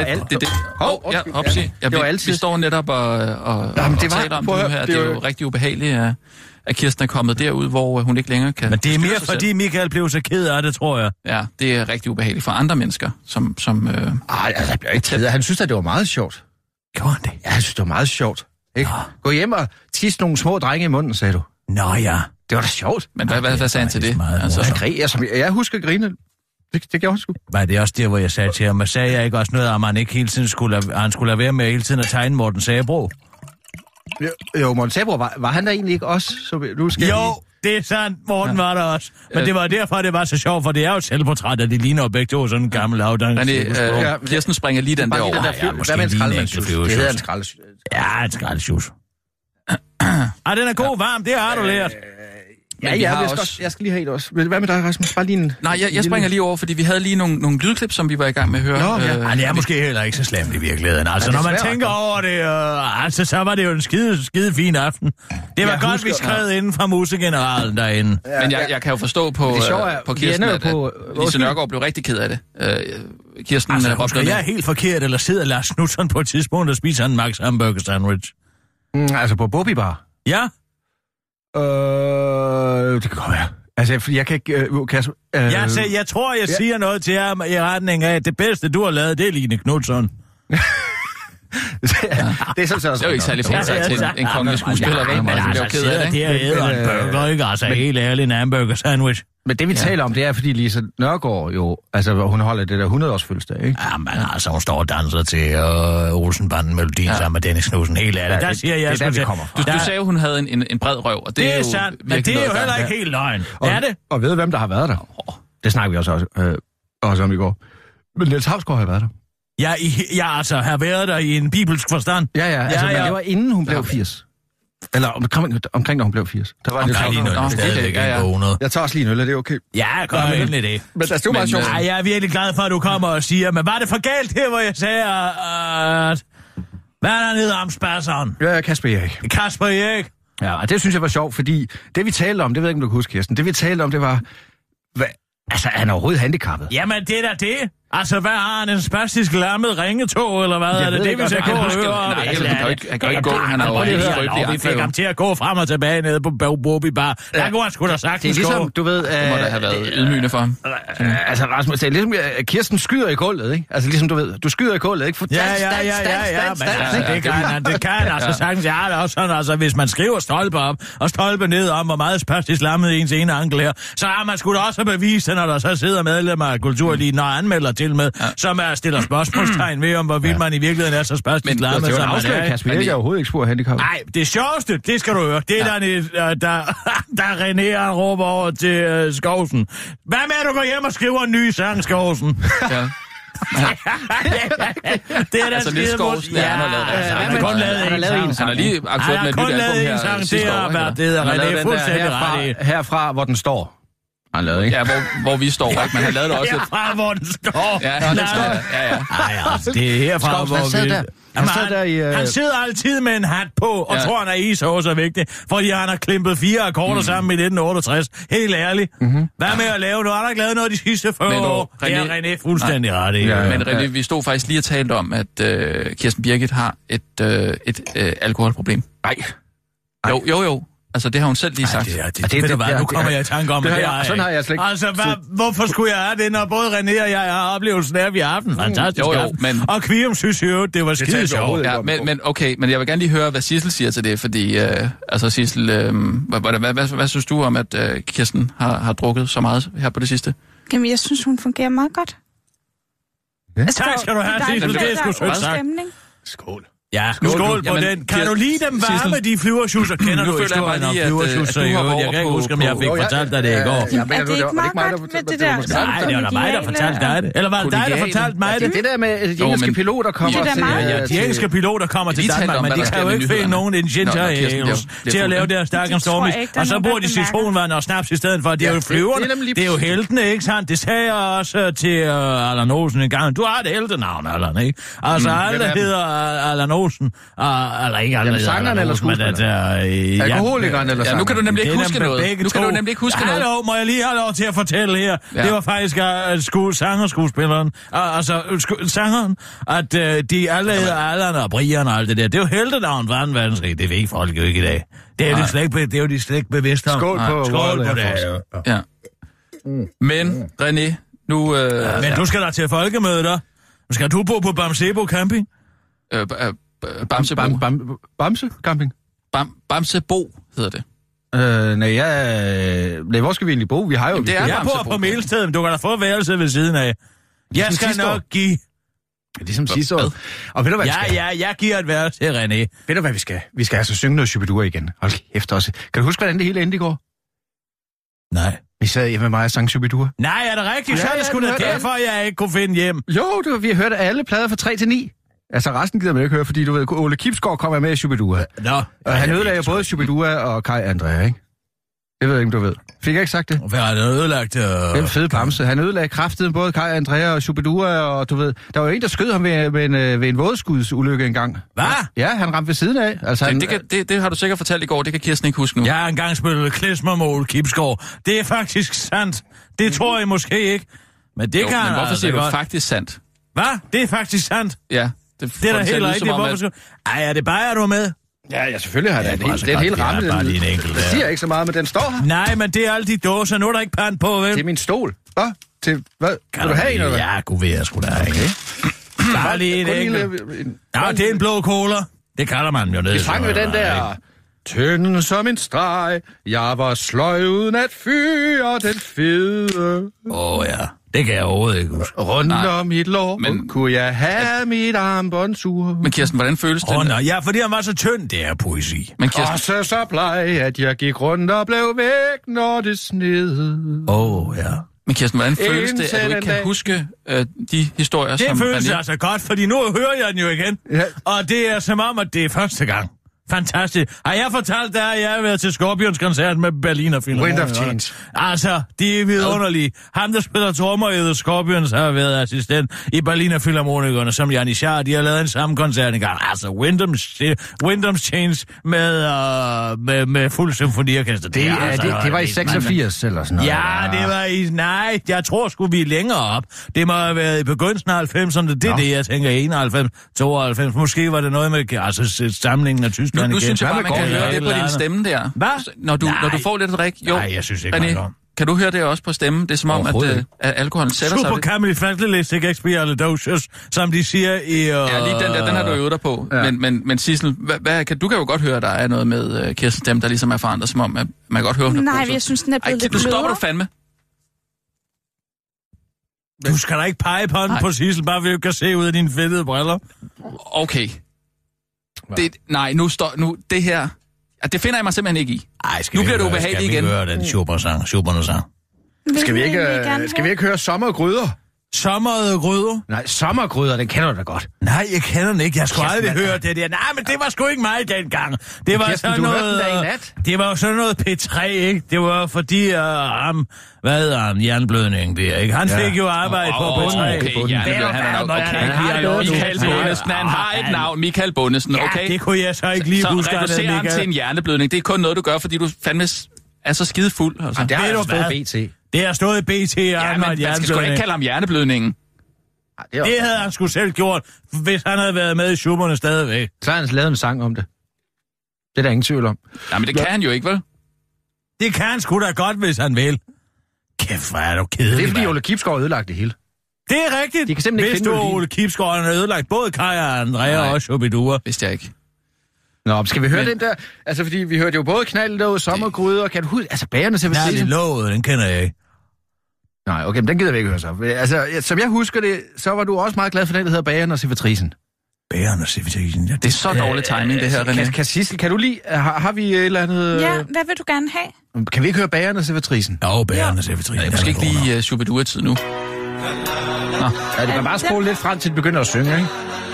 alt. Vi står netop og taler om det nu her. Det er jo rigtig ubehageligt, at Kirsten er kommet derud, hvor hun ikke længere kan... Men det er mere, fordi Michael blev så ked af det, tror jeg. Ja, det er rigtig ubehageligt for andre mennesker, som jeg bliver ikke ked af. Han synes, at det var meget sjovt. Gjorde han det? Ja, han synes, det var meget sjovt. Ikke? Gå hjem og tisse nogle små drenge i munden, sagde du. Nå ja. Det var da sjovt. Men hvad sagde han til det? Altså, jeg husker grine. Det gjorde han sgu. Var det også der, hvor jeg sagde til ham, sagde jeg ikke også noget om, han ikke hele tiden skulle lade være med hele tiden at tegne Morten Sabro? Jo, Morten Sabro, var han der egentlig ikke også? Det er sandt, Morten var der også. Men det var derfor, det var så sjovt, for det er jo et selvportræt, at de ligner jo begge to sådan en gammel afdannelse. Kirsten springer lige den derovre. Hvad med en skraldemandshus? Det hedder en skraldemandshus. Ja, en skraldemandshus. Den er god varm, det har du lært. Jeg skal lige have et også. Hvad med dig, Rasmus? Bare lige en... Nej, jeg springer lige over, fordi vi havde lige nogle lydklip, som vi var i gang med at høre. Det er måske heller ikke så slemt i virkeligheden. Altså, når man tænker over det, så var det jo en skide fin aften. Det var godt, vi skrev inden fra musegeneralen derinde. Men jeg kan jo forstå på Kirsten, at Lise Nørgaard blev rigtig ked af det. Kirsten husker jeg helt forkert, eller sidder Lars Knudsen på et tidspunkt og spiser en Max Hamburger Sandwich? Altså på Bobby Bar? Ja. Det kan godt være. Altså, jeg kan ikke... Jeg tror, jeg siger noget til ham i retning af, at det bedste, du har lavet, det er Line Knudsen. Det er sådan det er jo ikke særlig pænt sagt til en kongelig skuespiller. Det er en burger, ikke? Altså, helt ærligt, en hamburger sandwich. Men det, vi taler om, det er, fordi Lise Nørgaard jo... Altså, hun holder det der 100-års fødselsdag, ikke? Ja, men altså, hun står og danser til Olsenbanden-melodien sammen med Dennis Knudsen. Helt ærligt. Der siger jeg... Det er der, vi kommer. Du sagde, hun havde en bred røv, og det er jo sandt, men det er jo heller ikke helt løgn. Er det? Og ved hvem, der har været der? Det snakker vi også om i går. Men Niels Hausgaard har været der. Jeg altså har været der i en bibelsk forstand. Men det var inden hun blev 80. Eller omkring, når hun blev 80. Der var det Jeg tager også lige en øl, er det okay? Ja, kom endelig det. Men det var meget sjovt. Jeg er virkelig glad for, at du kommer og siger, men var det for galt her, hvor jeg sagde, at... Hvad er der nede om spadseren? Ja, Kasper Erik. Kasper Erik? Ja, og det synes jeg var sjovt, fordi det vi talte om, det ved jeg ikke, om du kan huske, Kirsten, det vi talte om, det var... Altså, er han overhovedet handicappet? Jamen, det er da det. Altså, hvad har han? En spastisk lammet ringetog, eller hvad? Er det, vi skal gå og høre om? Nej, han kan ikke gå. Han er jo helt skrøbelig. Vi fik ham til at gå frem og tilbage nede på Bobby Bar. Der kunne han sgu da sagtens gå. Det er ligesom, du ved... Det må da have været ydmygende for ham. Altså, Rasmus, det er ligesom, Kirsten skyder i gulvet, ikke? Altså, ligesom du ved, du skyder i gulvet, ikke? Ja. Det kan han altså sagtens. Jeg har det også sådan, altså, hvis man skriver stolpe op og stolpe ned om, hvor meget spastisk lammet ens ene ankel her, så har man sgu da også bevist, når der så sidder medlemmer af Kultureliten og anmelder til med, som stiller spørgsmålstegn ved, om hvorvidt man i virkeligheden er så spastisk lammet, som man er. Kasper Erik er overhovedet ikke spor handicap. Nej, det sjoveste, det skal du høre. Det er der René råber over til Skovsen. Hvad med, at du går hjem og skriver en ny sang, Skovsen? Ja. Det er da skide Skovsen, han har lavet en sang. Han har lige aktuelt med et nyt album her sidste år. Det er René fuldstændig ret i. Herfra, hvor den står. Han lavede, ikke? Ja, hvor vi står, ikke? Men han lavede det også herfra, hvor den står. Ja, den står. Ja. Det er herfra, hvor vi... Han sidder altid med en hat på, og tror, han er ishås og vigtig, fordi han har klimpet 4 akkorder sammen i 1968. Helt ærligt. Hvad med at lave noget? Han har ikke lavet noget de sidste 40 år. Det er René fuldstændig ret i. Men René, vi stod faktisk lige og talte om, at Kirsten Birgit har et alkoholproblem. Nej. Jo. Altså, det har hun selv lige sagt. Nu kommer jeg i tanke om, sådan har jeg slet ikke... Altså, hvorfor skulle jeg have det, når både René og jeg har oplevelsen af, at vi har haft en fantastisk aften. Men... Og Kvium synes jo, det var skide sjovt. Ja, men jeg vil gerne lige høre, hvad Sissel siger til det, fordi, Sissel, hvad synes du om, at Kirsten har drukket så meget her på det sidste? Jamen, jeg synes, hun fungerer meget godt. Ja. Tak skal du have, Sissel. Det er sgu sødt sagt. Skål. Ja, skål på den. Kan du lide dem varme, de flyverschusser? Kender du historien om flyverschusser i øvrigt? Jeg kan ikke huske, om jeg fik fortalt dig det i går. Er det ikke meget godt med det der? Nej, det var da mig, der fortalte dig det. Eller var det dig, der fortalte mig det? Det der med de engelske piloter kommer til... Ja, de engelske piloter kommer til Danmark, men de kan jo ikke finde nogen ginger ales til at lave deres Dark and Stormy. Og så bruger de citronvand og snaps i stedet for. Det er jo flyverne. Det er jo heltene, ikke sandt? Det sagde jeg også til Allan Olsen en gang. Du har et heltenavn, Allan, ikke? Altså, alle hedder Allan Olsen. Eller ikke alle sangerne eller skuespillerne? Alkoholikeren eller sangerne? Nu kan du nemlig ikke huske noget. Nu kan du nemlig ikke huske noget. Hallo, må jeg lige have lov til at fortælle her? Ja. Det var faktisk sangerskuespilleren, altså sangeren, at de alle hedder Allan og Brian og alt det der. Det er jo heltenavn for 2. verdenskrig. Det ved ikke folk jo ikke i dag. Det er jo de slet ikke bevidst om. Skål på det. Ja. Men, René, nu... Men du skal da til folkemøder. Skal du bo på Bamsebo Camping? Bamsebo. Bamse Camping? Bamsebo hedder det. Hvor skal vi egentlig bo? Vi har jo... Jeg bor på Melstedet, men du kan da få værelse ved siden af. Jeg skal nok give... Ligesom sidste år. Og ved du hvad vi skal? Jeg giver et værelse til René. Ved du hvad vi skal? Vi skal altså synge noget Shubidua igen. Hold kæft også. Kan du huske, hvordan det hele endte i går? Nej. Vi sad hjemme med mig og sang Shubidua. Nej, er det rigtigt? Så er det sgu da derfor, jeg ikke kunne finde hjem. Jo, vi har hørt alle plader fra 3 til 9. Altså resten gider man ikke høre, fordi du ved, Ole Kipsgaard kommer med i Shubidua. Nå. Og han ødelagde både Shubidua og Kai Andrea, ikke? Det ved jeg ikke, du ved. Fik jeg ikke sagt det? Hvad har han ødelagt? Den fede bamse. Han ødelagde kraftigt både Kai Andrea og Shubidua, og du ved... Der var en, der skød ham ved en vådskudsulykke engang. Hvad? Ja, han ramte ved siden af. Altså, det har du sikkert fortalt i går, det kan Kirsten ikke huske nu. Jeg har engang spillet klesmer med Ole Kipsgaard. Det er faktisk sandt. Det tror jeg måske ikke. Men det kan men hvorfor altså siger du godt. faktisk sandt? Hvad? Det er faktisk sandt. Ja. Det er da helt rigtigt. Hvorfor ej, er det bare, er du med? Ja, selvfølgelig har det. Det er en hel ramme. Det siger ikke så meget, men den står her. Nej, men det er alle de dåser. Nu er der ikke pand på, vel? Det er min stol. Hvad? Til hvad? Vil du have en, eller? Ja, kunne være sgu da, ikke? Bare lige en enkelt. Ja, det er en blå cola. Det kalder man jo ned. Vi sang jo den der... Tynden som en streg, jeg var sløj uden at fyre den fede. Ja, det kan jeg overhovedet ikke huske. Rundt om mit lår, men kunne jeg have mit armbåndsur. Men Kirsten, hvordan føles det? Ja, fordi han var så tynd, det er poesi. Men Kirsten... Og så bleg, at jeg gik rundt og blev væk, når det sned. Ja. Men Kirsten, hvordan føles det, at du ikke kan huske de historier, som... Det føles altså godt, fordi nu hører jeg den jo igen. Ja. Og det er som om, at det er første gang. Fantastisk. Har jeg fortalt dig, at jeg har været til Scorpions koncert med Berliner Philharmonikerne? Wind of Change. Altså, de er vidunderlige. Han, der spiller trommer i The Scorpions, har været assistent i Berliner Philharmonikerne, som Janitsjar. De har lavet en samme koncert en gang. Altså, Wind of Change med fuld symfoniorkester. Det var i 86 eller sådan noget. Ja, det var i... Nej, jeg tror sgu, vi er længere op. Det må have været i begyndelsen af 90'erne. Det er det, jeg tænker, 91, 92. Måske var det noget med samlingen af Tyskland. Nu synes jeg bare, man kan høre det på din stemme der. Hvad? Når du får lidt drik. Jo, nej, jeg synes ikke, René, kan du høre det også på stemmen? Det er som om, at alkoholen sætter sig. Supercalifragilistic expialidocious, som de siger i... Ja, lige den har du øvet dig på. Ja. Men Sissel, du kan jo godt høre, der er noget med Kirstens stemme, der ligesom er forandret, som om, at man kan godt høre, nej, jeg synes, den er blevet lidt blødere. Nu stopper du fandme. Du skal da ikke pege på den på Sissel, bare vi kan se ud af dine fedtede briller. Okay. Nu det her... Det finder jeg mig simpelthen ikke i. Ej, nu bliver det ubehageligt igen. Skal vi høre den Schubert-sang? Skal vi ikke høre Sommer og Gryder? Sommerede gryder? Nej, sommergryder, den kender du da godt. Nej, jeg kender den ikke. Jeg skulle aldrig høre det der. Nej, men det var sgu ikke mig dengang. Det var Kirsten, sådan du noget... hørte den der i nat. Det var jo sådan noget P3, ikke? Det var fordi ham... Hvad hedder han? Jernblødning der, ikke? Han fik jo arbejde på P3. Okay, Jernblødning, Michael Bundesen, han har et navn, Michael Bundesen, okay? Ja, det kunne jeg så ikke lige huske. Så reducerer han til en hjerneblødning. Det er kun noget, du gør, fordi du fandme er så skide fuld. Altså. Det har jo stået BT. Det har stået i BT, Ja, men man skal sgu ikke kalde ham hjerneblødningen. Det havde han sgu selv gjort, hvis han havde været med i Schuberne stadigvæk. Så har han lavet en sang om det. Det er der ingen tvivl om. Nej, men det kan han jo ikke, vel? Det kan han sgu da godt, hvis han vil. Kæft, hvor er du kedelig. Det er fordi Ole Kibsgaard ødelagt det hele. Det er rigtigt. De kan simpelthen ikke finde Ole Kibsgaard har ødelagt både Kaja og Andrea og Shubidua. Vidste jeg ikke. Nå, skal vi høre den der? Altså, fordi vi hørte jo både knaldlåg, sommergryder og kan du huske... Altså, bagerne til Nej, det er lovet, den kender jeg ikke. Nej, okay, men den gider vi ikke høre så. Altså, som jeg husker det, så var du også meget glad for den, der hedder Bageren og Servitrisen. Bageren og Servitrisen, ja. Det er så dårlig timing, det her, René. Sissel, kan du lige... Har vi et eller andet... Ja, hvad vil du gerne have? Kan vi ikke høre Bageren og Servitrisen? Jo, Bageren og Servitrisen. Jeg måske ikke lige Shubidua-tid nu. Nå, ja, du kan bare spole lidt frem til, det begynder at synge, ikke?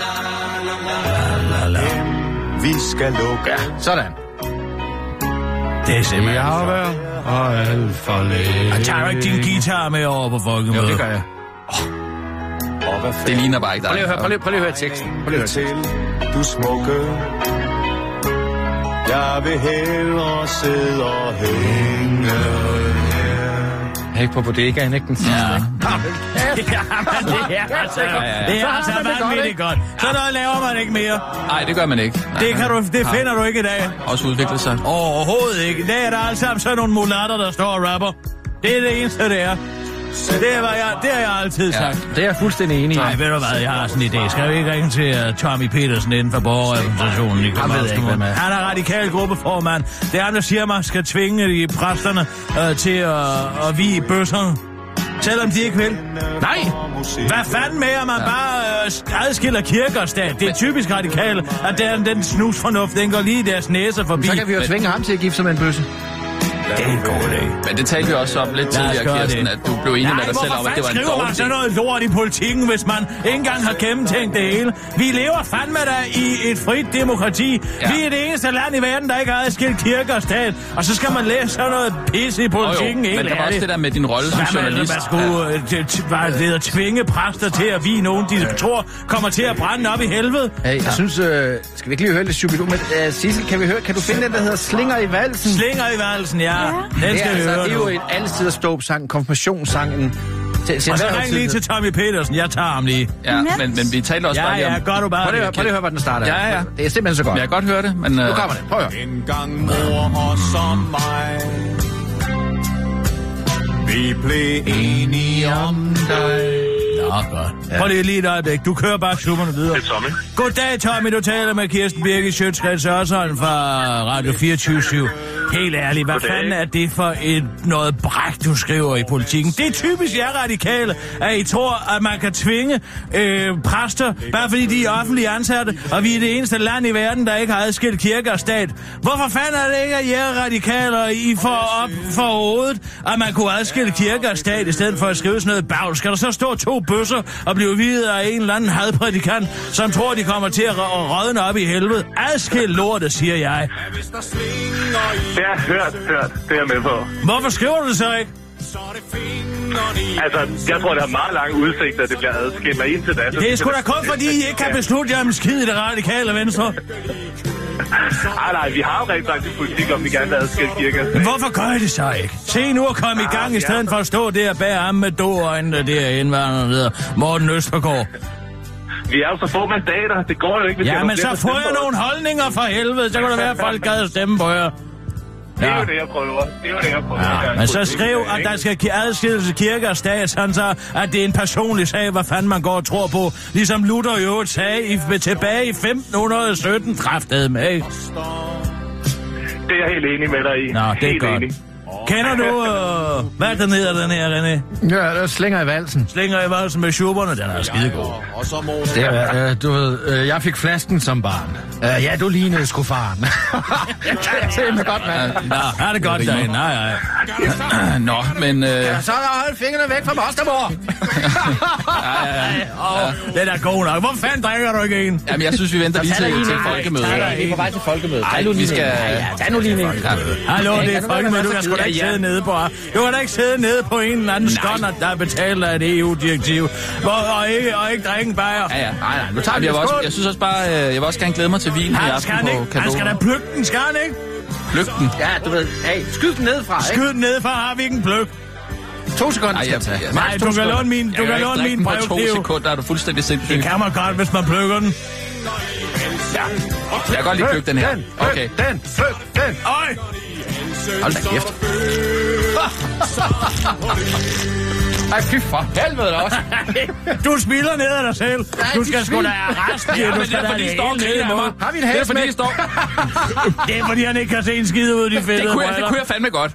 Vi skal lukke. Ja, sådan. Det er simpelthen og alt for længe. Jeg tager ikke din guitar med over på folkemødet. Jo, det gør jeg. Det ligner bare ikke dig. Prøv lige at høre teksten. Du smukke. Jeg vil hellere sidde og hænge. Ikke på bodegaen, ikke den sidste. Ja. Jamen, det er altså vanvittigt godt. Så noget laver man ikke mere. Nej, det gør man ikke. Det finder du ikke i dag. Også udviklet sig. Overhovedet ikke. I dag er der altså sådan nogle mulatter, der står og rapper. Det er det eneste, det er. Det har jeg altid sagt. Det er jeg fuldstændig enig i. Nej, ved du hvad, jeg har sådan en idé. Skal vi ikke ringe til Tommy Petersen inden for borgerrepræsentationen i København? Han er radikal gruppeformand. Det er ham, der siger, at man skal tvinge de præsterne til at vie bøsserne. Selvom de ikke vil. Nej! Hvad fanden med, at man bare adskiller kirke og stat? Det er typisk radikale, at den snusfornuft, den går lige deres næser forbi. Så kan vi jo tvinge ham til at gifte sig med en bøsse. Det er en god idé. Men det talte vi også om lidt tidligere, Kirsten, at du blev enig med dig selv om, at det var en dårlig idé. Hvorfor man så noget lort i politikken, hvis man ikke engang har gennemtænkt det hele? Vi lever fandme da i et frit demokrati. Ja. Vi er det eneste land i verden, der ikke har adskilt kirke og stat. Og så skal man læse sådan noget pis i politikken. Men der var også det der med din rolle som journalist. Man skulle tvinge præster til at vie nogen, de tror kommer til at brænde op i helvede. Hey, jeg synes, skal vi ikke lige høre lidt Shubidua? Men Sissel, kan du finde den, der hedder Slinger i valsen? Slinger i valsen, ja. Den skal vi høre. Det er jo en altid ståbsang, konfirmationssangen. Og så ring lige til Tommy Petersen. Jeg tager ham lige. Ja, men vi taler også bare lige om... Ja, gør du bare. Prøv lige at høre, hvad den starter. Ja. Det er simpelthen så godt. Jeg kan godt høre det, men... Nu kommer det. Prøv at høre. En gang mor og som mig. Vi blev enige om dig. Nå, godt. Ja. Prøv lige et øjeblik. Du kører bare Schuberne videre. Det er Tommy. Goddag, Tommy. Du taler med Kirsten Birgit Schøtzgrads Hørsholm fra Radio 24/7. Helt ærligt, hvad fanden er det for noget bræk, du skriver i politikken? Det er typisk jer radikale, at I tror, at man kan tvinge præster, bare fordi de er offentlige ansatte, og vi er det eneste land i verden, der ikke har adskilt kirke og stat. Hvorfor fanden er det ikke, at jer radikaler, I får op for hovedet, at man kunne adskille kirke og stat, i stedet for at skrive sådan noget bagl? Skal der så stå 2 bøsser og blive videt af en eller anden hadprædikant, som tror, de kommer til at rådne op i helvede? Adskil lortet, siger jeg. Det er hørt. Det er jeg med på. Hvorfor skriver du det så ikke? Altså, jeg tror, det har meget lange udsigter, at det bliver adskilt, og indtil da... Det er sgu da kun fordi, I ikke kan beslutte jer om skid i det radikale venstre. Nej, vi har jo rent faktisk politik, om vi gerne vil adskille kirke. Men hvorfor gør I det så ikke? Se nu at komme i gang, i stedet for at stå der bag ham med doøjnene der indvandrerne der. Morten Østergaard. Vi er jo så få mandater. Det går jo ikke, hvis ja, men så får jeg nogle holdninger for helvede. Så kan det være, at folk gad at stemme på jer. Det er jo det, jeg prøver. Ja, men så skriv, at der skal adskillelse kirke og stat, sådan så, at det er en personlig sag, hvad fanden man går og tror på. Ligesom Luther jo sagde tilbage i 1517, kraftede med. Det er jeg helt enig med dig i. Nå, det er helt godt. Enig. Kender du, hvad den hedder, den her, René? Ja, der slænger i valsen. Slænger i valsen med schubberne, den er skidegod. Det er, du ved, jeg fik flasken som barn. Ja, du lignede sgu faren. Det er godt, mand. Nå, er det godt derinde? Nej. Nå, men... Så hold fingrene væk fra mostermor. Den er god nok. Hvor fanden drikker du ikke en? Jamen, jeg synes, vi venter lige til folkemødet. Vi er på vej til folkemødet. Ej, vi skal... Tag nu ligningen. Hallo, det er folkemødet. Du kan sgu da ikke sidde nede på... Du kan da ikke sidde nede på en eller anden skånd, der er betalt af et EU-direktiv. Og ikke drikke en bajer. Ja. Nej. Nu tager vi jeg synes også bare... Jeg vil også gerne glæde mig til vin her i aften på Cadeau. Han skal da plukke den, skal han ikke? Pløk den. Ja, du ved. Hey, skyd den nedefra, ikke? Skyd den nedefra, har vi ikke en pløk. 2 sekunder. Nej, du kan låne min brevkniv. På 2 sekunder er du fuldstændig sindssyg. Det kan man godt, hvis man plukker den. Ja. Jeg kan godt lige plukke den her. Okay. Den. Øj! Hold da kæft. Ej, fy for helvede også. Du spilder ned af dig selv. Du skal sgu da arrest. Ja, men det er fordi, de står nede af mig. Har vi en hals med? Det er fordi, han ikke kan se en skide ud i de fældede briller. Det kunne jeg fandme godt.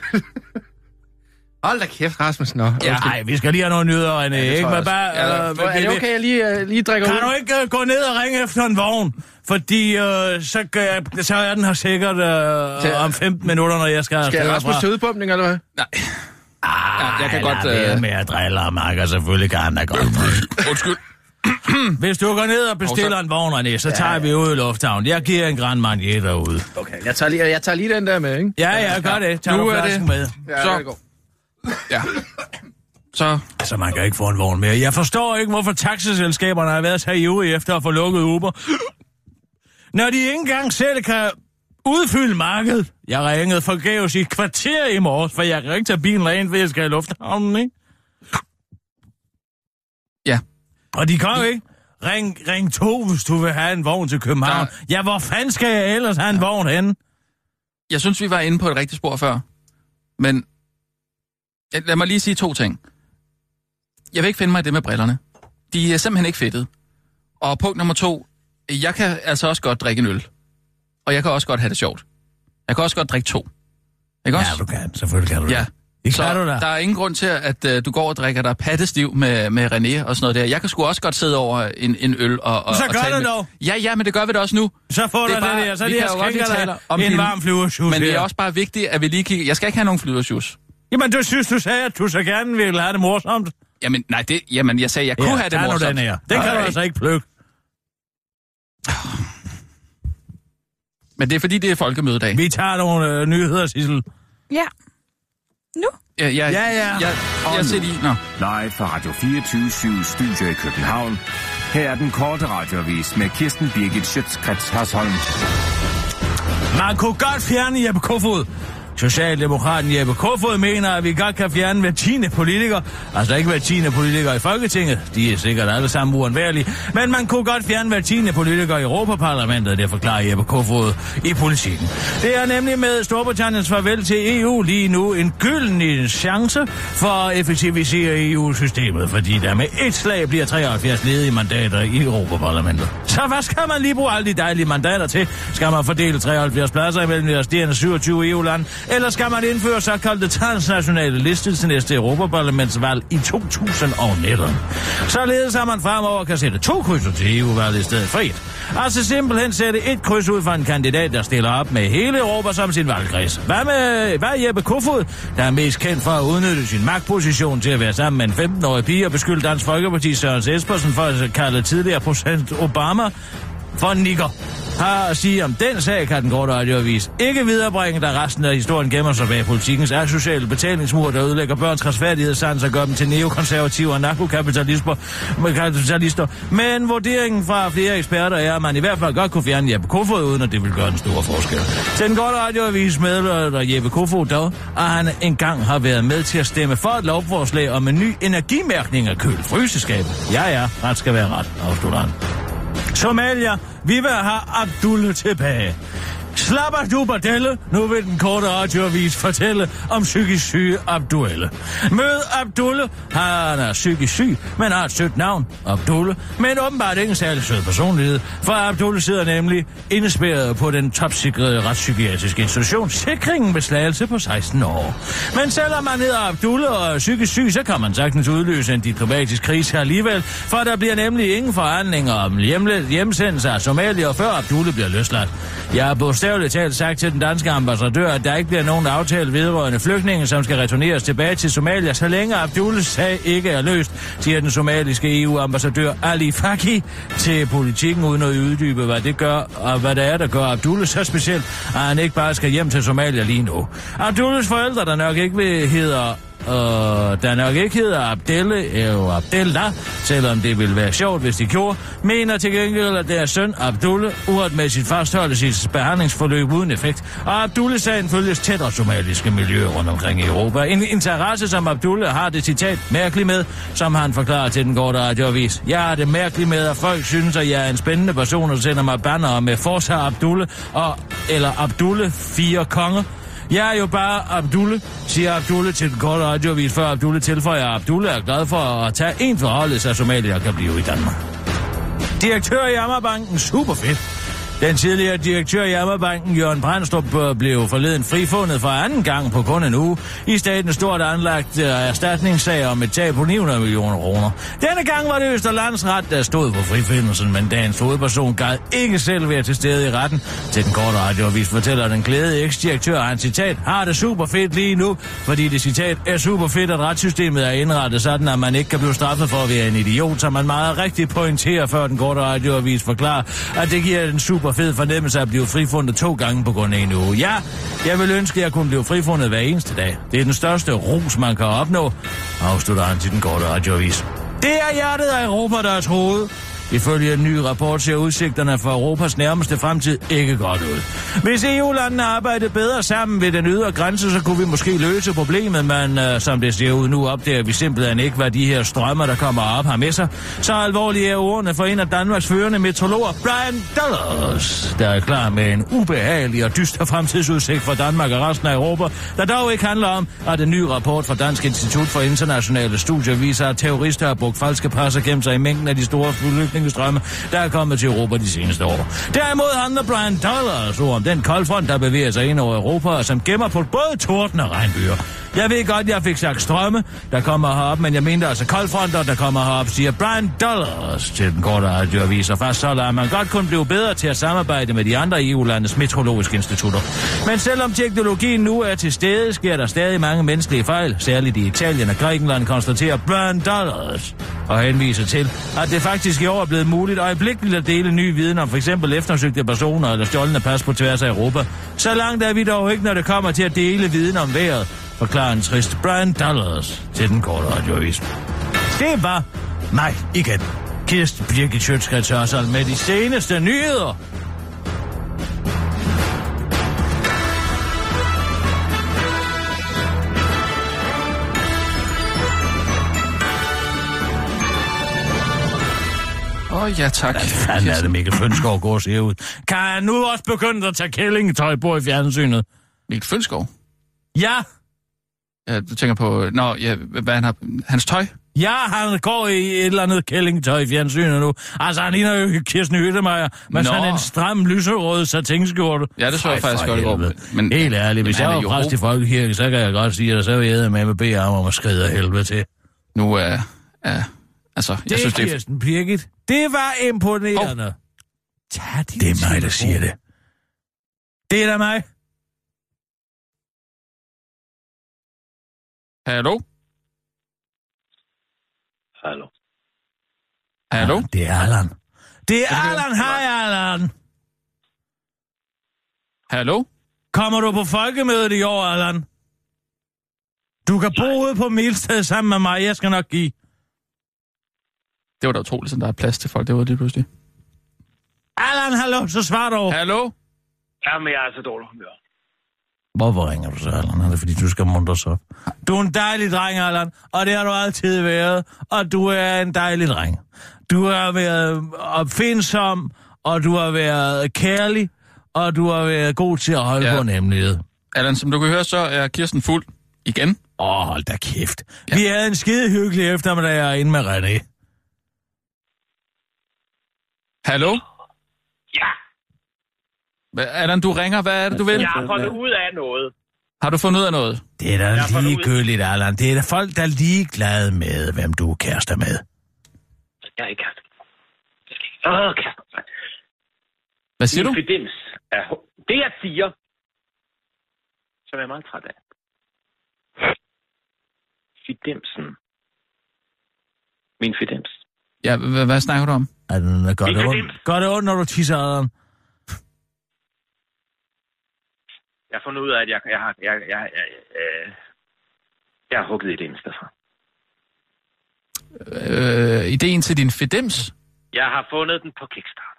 Hold da kæft, Rasmus. Nå. Ja, nej, vi skal lige have nogle nyheder, René. Ikke? Men bare, er det okay, jeg lige drikker ud? Kan du ikke gå ned og ringe efter en vogn? Fordi så er den her sikkert om 15 minutter, når jeg skal... Skal Rasmus til udpumpning, eller hvad? Nej. Jeg kan godt... Det med at drille og makker, selvfølgelig kan han da godt. Undskyld. Hvis du går ned og bestiller en vogn, René, så tager vi ud i lufthavnen. Jeg giver en Grand Marnier derude. Okay, jeg tager lige den der med, ikke? Ja, gør det. Tag nu flasken med. Ja, så. Det går. Ja. Så. Altså, man kan ikke få en vogn mere. Jeg forstår ikke, hvorfor taxiselskaberne har været så ivrige efter at få lukket Uber. Når de ikke engang selv kan udfylde markedet. Jeg ringede forgæves i et kvarter i morges, for jeg kan ikke tage bilen rent, for jeg skal i lufthavnen, ikke? Ja. Og de kan jo ikke. Ring 2, hvis du vil have en vogn til København. Ja, hvor fanden skal jeg ellers have en vogn henne? Jeg synes, vi var inde på et rigtigt spor før. Men lad mig lige sige 2 ting. Jeg vil ikke finde mig i det med brillerne. De er simpelthen ikke fedtet. Og punkt nummer 2. Jeg kan altså også godt drikke en øl. Og jeg kan også godt have det sjovt. Jeg kan også godt drikke 2. Ikke også? Ja, du kan. Selvfølgelig kan du ja. det. Så der er ingen grund til, at du går og drikker dig pattestiv med René og sådan noget der. Jeg kan sgu også godt sidde over en øl og så gør tale det med... dog. Ja, men det gør vi da også nu. Så får du det der. Så lige skænker dig en varm flyvershus. Men det er også bare vigtigt, at vi lige kigger... Jeg skal ikke have nogen flyvershus. Jamen, du sagde, at du så gerne ville have det morsomt. Jamen, nej, jeg sagde, jeg kunne have det morsomt. Den her. Den kan du altså ikke plukke. Men det er fordi, det er folkemødedag. Vi tager nogle nyheder, Sissel. Ja. Nu? Ja. Jeg ser lige... Nå. Live fra Radio 24/7 Studio i København. Her er den korte radioavis med Kirsten Birgit Schøtzgrads Hasholm. Man kunne godt fjerne Jeppe Kofod. Socialdemokraten Jeppe Kofod mener, at vi godt kan fjerne hver 10. politiker. Altså ikke hver 10. politiker i Folketinget. De er sikkert alle sammen uundværlige. Men man kunne godt fjerne hver 10. politiker i Europaparlamentet, det forklarer Jeppe Kofod i Politikken. Det er nemlig med Storbritanniens farvel til EU lige nu en gylden chance for at effektivisere EU-systemet, fordi der med et slag bliver 73 ledige mandater i Europaparlamentet. Så hvad skal man lige bruge alle de dejlige mandater til? Skal man fordele 73 pladser imellem de resterende 27 EU-lande? Eller skal man indføre såkaldte transnationale lister til næste Europaparlamentsvalg i 2019? Således har man fremover kan sætte 2 krydser til EU-valget i stedet for 1. Altså simpelthen sætte 1 kryds ud for en kandidat, der stiller op med hele Europa som sin valgkreds. Hvad er Jeppe Kofod, der er mest kendt for at udnytte sin magtposition til at være sammen med en 15-årig pige og beskylde Dansk Folkeparti Søren Espersen for at kalde tidligere præsident Obama for en nigger? Har at sige om den sag, kan den korte radioavis ikke viderebringe, da resten af historien gemmer sig bag Politikens asociale betalingsmur, der ødelægger børns retfærdighedssans og gør dem til neokonservative og narkokapitalister. Men vurderingen fra flere eksperter er, at man i hvert fald godt kunne fjerne Jeppe Kofod, uden at det vil gøre en stor forskel. Til den korte radioavis meddeler Jeppe Kofod dog, at han engang har været med til at stemme for et lovforslag om en ny energimærkning af køl-fryseskabet. Ja, ret skal være ret, afslutter han. Somalia, vi vil have Abdul tilbage. Slapper du bordelle? Nu vil den korte radioavis fortælle om psykisk syge Abdulle. Mød Abdulle. Han er psykisk syg, men har et sødt navn, Abdulle, men åbenbart ikke en særlig sød personlighed, for Abdulle sidder nemlig indespærret på den topsikrede retspsykiatriske institution Sikringen med slagelse på 16 år. Men selvom man hedder Abdulle og er psykisk syg, så kan man sagtens udløse en diplomatisk krise alligevel, for der bliver nemlig ingen forhandlinger om hjemsendelse af somalier, før Abdulle bliver løsladt. Jeg har bogstaveligt talt sagt til den danske ambassadør, at der ikke bliver nogen aftale vedrørende flygtninge, som skal returneres tilbage til Somalia, så længe Abdulles sag ikke er løst, siger den somaliske EU-ambassadør Ali Faki til Politikken, uden at uddybe, hvad det gør, og hvad det er, der gør Abdulle så specielt, at han ikke bare skal hjem til Somalia lige nu. Abdulles forældre, der nok ikke hedder Abdelle eller Abdellah, selvom det ville være sjovt, hvis de gjorde, mener til gengæld, at deres søn Abdulle uretmæssigt fastholdes i sit behandlingsforløb uden effekt, og Abdulle-sagen følges tæt af somaliske miljøer rundt omkring i Europa. En interesse, som Abdulle har det citat mærkeligt med, som han forklarer til den korte radioavis. Jeg har det mærkeligt med, at folk synes, at jeg er en spændende person, og sender mig bannere med Forza Abdulle eller Abdulle 4 konger. Jeg er jo bare Abdulle, siger Abdulle til den korte radioavis, før Abdulle tilføjer, at Abdulle er glad for at tage en forholdet, så Somalia kan blive i Danmark. Direktør i Amagerbanken, super fedt. Den tidligere direktør i Amagerbanken, Jørgen Brandstrup, blev forleden frifundet for anden gang på kun en uge i statens stort anlagt erstatningssag om et tab på 900 millioner kroner. Denne gang var det Østre Landsret, der stod på frifindelsen, men dagens hovedperson gad ikke selv være til stede i retten. Til den korte radioavis fortæller den glæde eks-direktør, han citat, har det super fedt lige nu, fordi det citat er super fedt, at retssystemet er indrettet sådan, at man ikke kan blive straffet for at være en idiot, som man meget rigtigt pointerer, før den korte radioavis forklarer, at det giver en super fed fornemmelse at blive frifundet 2 gange på grund af en uge. Ja, jeg vil ønske, at jeg kunne blive frifundet hver eneste dag. Det er den største ros, man kan opnå, afslutter han til den korte radioavis. Det er hjertet af Europa, der er troet. Ifølge en ny rapport ser udsigterne for Europas nærmeste fremtid ikke godt ud. Hvis EU-landene arbejdede bedre sammen ved den ydre grænse, så kunne vi måske løse problemet, men som det ser ud nu, opdager vi simpelthen ikke, hvad de her strømmer, der kommer op, har med sig. Så alvorlige er ordene for en af Danmarks førende meteorologer, Brian Dollars, der er klar med en ubehagelig og dyster fremtidsudsigt for Danmark og resten af Europa, der dog ikke handler om, at en ny rapport fra Dansk Institut for Internationale Studier viser, at terrorister har brugt falske pas og gemt sig i mængden af de store flygtningestrømme, der er kommet til Europa de seneste år. Derimod handler Brian Dollars om den koldfront, der bevæger sig ind over Europa, og som gemmer på både torden og regnbyger. Jeg ved godt, jeg fik sagt strømme, der kommer herop, men jeg mente altså koldfronter, der kommer herop, siger Brian Dollars til den korte radioavis, og fastholder, at man godt kunne blive bedre til at samarbejde med de andre EU-landes meteorologiske institutter. Men selvom teknologien nu er til stede, sker der stadig mange menneskelige fejl, særligt i Italien og Grækenland, konstaterer Brian Dollars, og henviser til, at det faktisk i år er blevet muligt øjeblikkeligt at dele ny viden om f.eks. eftersøgte personer eller stjålne pas på tværs af Europa. Så langt er vi dog ikke, når det kommer til at dele viden om vejret, forklarer en trist Brian Dollars til den korte radioavis. Det var mig igen, Kirsten Birgit Schøtzgrads Hørsholm, med de seneste nyheder. Ja, tak. Hvad fanden er det, Mikkel Fønsgaard går og ser ud? Kan han nu også begynde at tage kællingetøj på i fjernsynet? Mikkel Fønsgaard? Ja. Ja, du tænker på... Nå, ja, hvad han har... Hans tøj? Ja, han går i et eller andet kællingetøj i fjernsynet nu. Altså, han ligner jo Kirsten Hyttemeier med sådan en stram, lyserød satinskjorte. Ja, det så jeg faktisk godt i går. Men helt ærligt, hvis jeg var præst i folkekirken, så kan jeg godt sige, at så vil jeg med bede ham om at skride af helvede til. Nu er... Altså, jeg synes, det er... Kirsten Birgit. Det var imponerende. Det er mig, der siger det. Det er da mig. Hallo? Hallo? Hallo? Ja, det er Allan. Det er Allan. Hej, Allan. Hallo? Kommer du på folkemødet i år, Allan? Du kan bo ude på Milsted sammen med mig. Jeg skal nok give. Det var da utroligt, sådan der er plads til folk derude lige pludselig. Allan, hallo, så svar dog. Hallo? Jamen, jeg er så dårlig humør. Hvorfor ringer du så, Allan? Er det fordi, du skal muntres op? Du er en dejlig dreng, Allan, og det har du altid været, og du er en dejlig dreng. Du har været opfindsom, og du har været kærlig, og du har været god til at holde på en hemmelighed. Allan, som du kan høre, så er Kirsten fuld igen. Hold da kæft. Ja. Vi havde en skide hyggelig eftermiddag inde med René. Hallo? Ja. Allan, du ringer. Hvad er det, du vil? Jeg har fundet ud af noget. Har du fundet ud af noget? Det er da ligegyldigt, Allan. Det er da folk, der er ligeglade med, hvem du er kærester med. Jeg er ikke kærester. Kærester. Hvad siger du? Fidems er det, jeg siger, som jeg er meget træt af. Fidemsen. Min fidems. Ja, hvad snakker du om? Gør det ondt, når du tisser, Allan? Jeg har fundet ud af, at jeg har hugget ideen i stedet for. Ideen til din fidems? Jeg har fundet den på Kickstarter.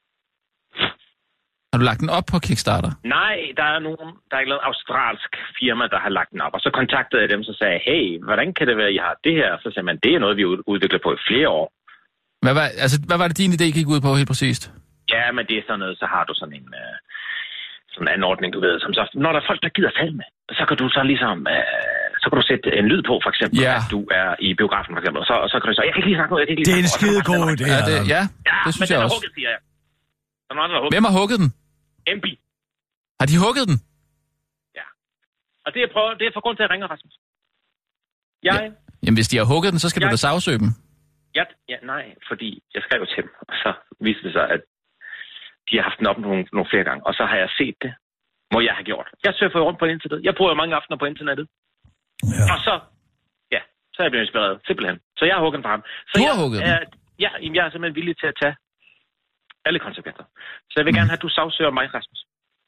Har du lagt den op på Kickstarter? Nej, der er et eller andet australsk firma, der har lagt den op. Og så kontaktede jeg dem, så sagde hey, hvordan kan det være, at I har det her? Så sagde man, det er noget, vi udvikler på i flere år. Hvad var det, din idé gik ud på helt præcist? Ja, men det er sådan noget, så har du sådan en anordning, du ved, som så, når der er folk, der gider falde med, så kan du så ligesom, så kan du sætte en lyd på, for eksempel, at du er i biografen, for eksempel, og så kan du så, jeg kan ikke lige snakke noget, Det er en skide god idé. Ja, det synes jeg også. Hugget, siger jeg. Hvem har hugget den? MP. Har de hugget den? Ja. Og det er for grund til at ringe, Rasmus. Jamen, hvis de har hugget den, så skal du da sagsøge dem. Ja, nej, fordi jeg skrev til dem, og så viste det sig, at de har haft den op nogle flere gange, og så har jeg set det, hvor jeg har gjort. Jeg surfer rundt på internettet. Jeg bruger mange aftener på internettet. Ja. Og så er jeg blevet inspireret, simpelthen. Så jeg har hugget den fra ham. Så du har hugget den? Ja, jeg er simpelthen villig til at tage alle konsekvenser. Så jeg vil gerne have, at du sagsøger mig, Rasmus.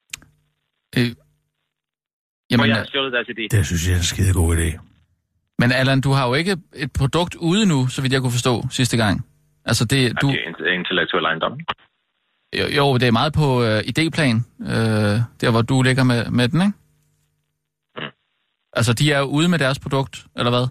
Jamen, jeg har stjålet deres idé. Det synes jeg er en skide god idé. Men Allan, du har jo ikke et produkt ude nu, så vidt jeg kunne forstå sidste gang. Altså det er intellektuel ejendom. Jo, det er meget på idéplan, der hvor du ligger med den, ikke? Mm. Altså, de er jo ude med deres produkt, eller hvad?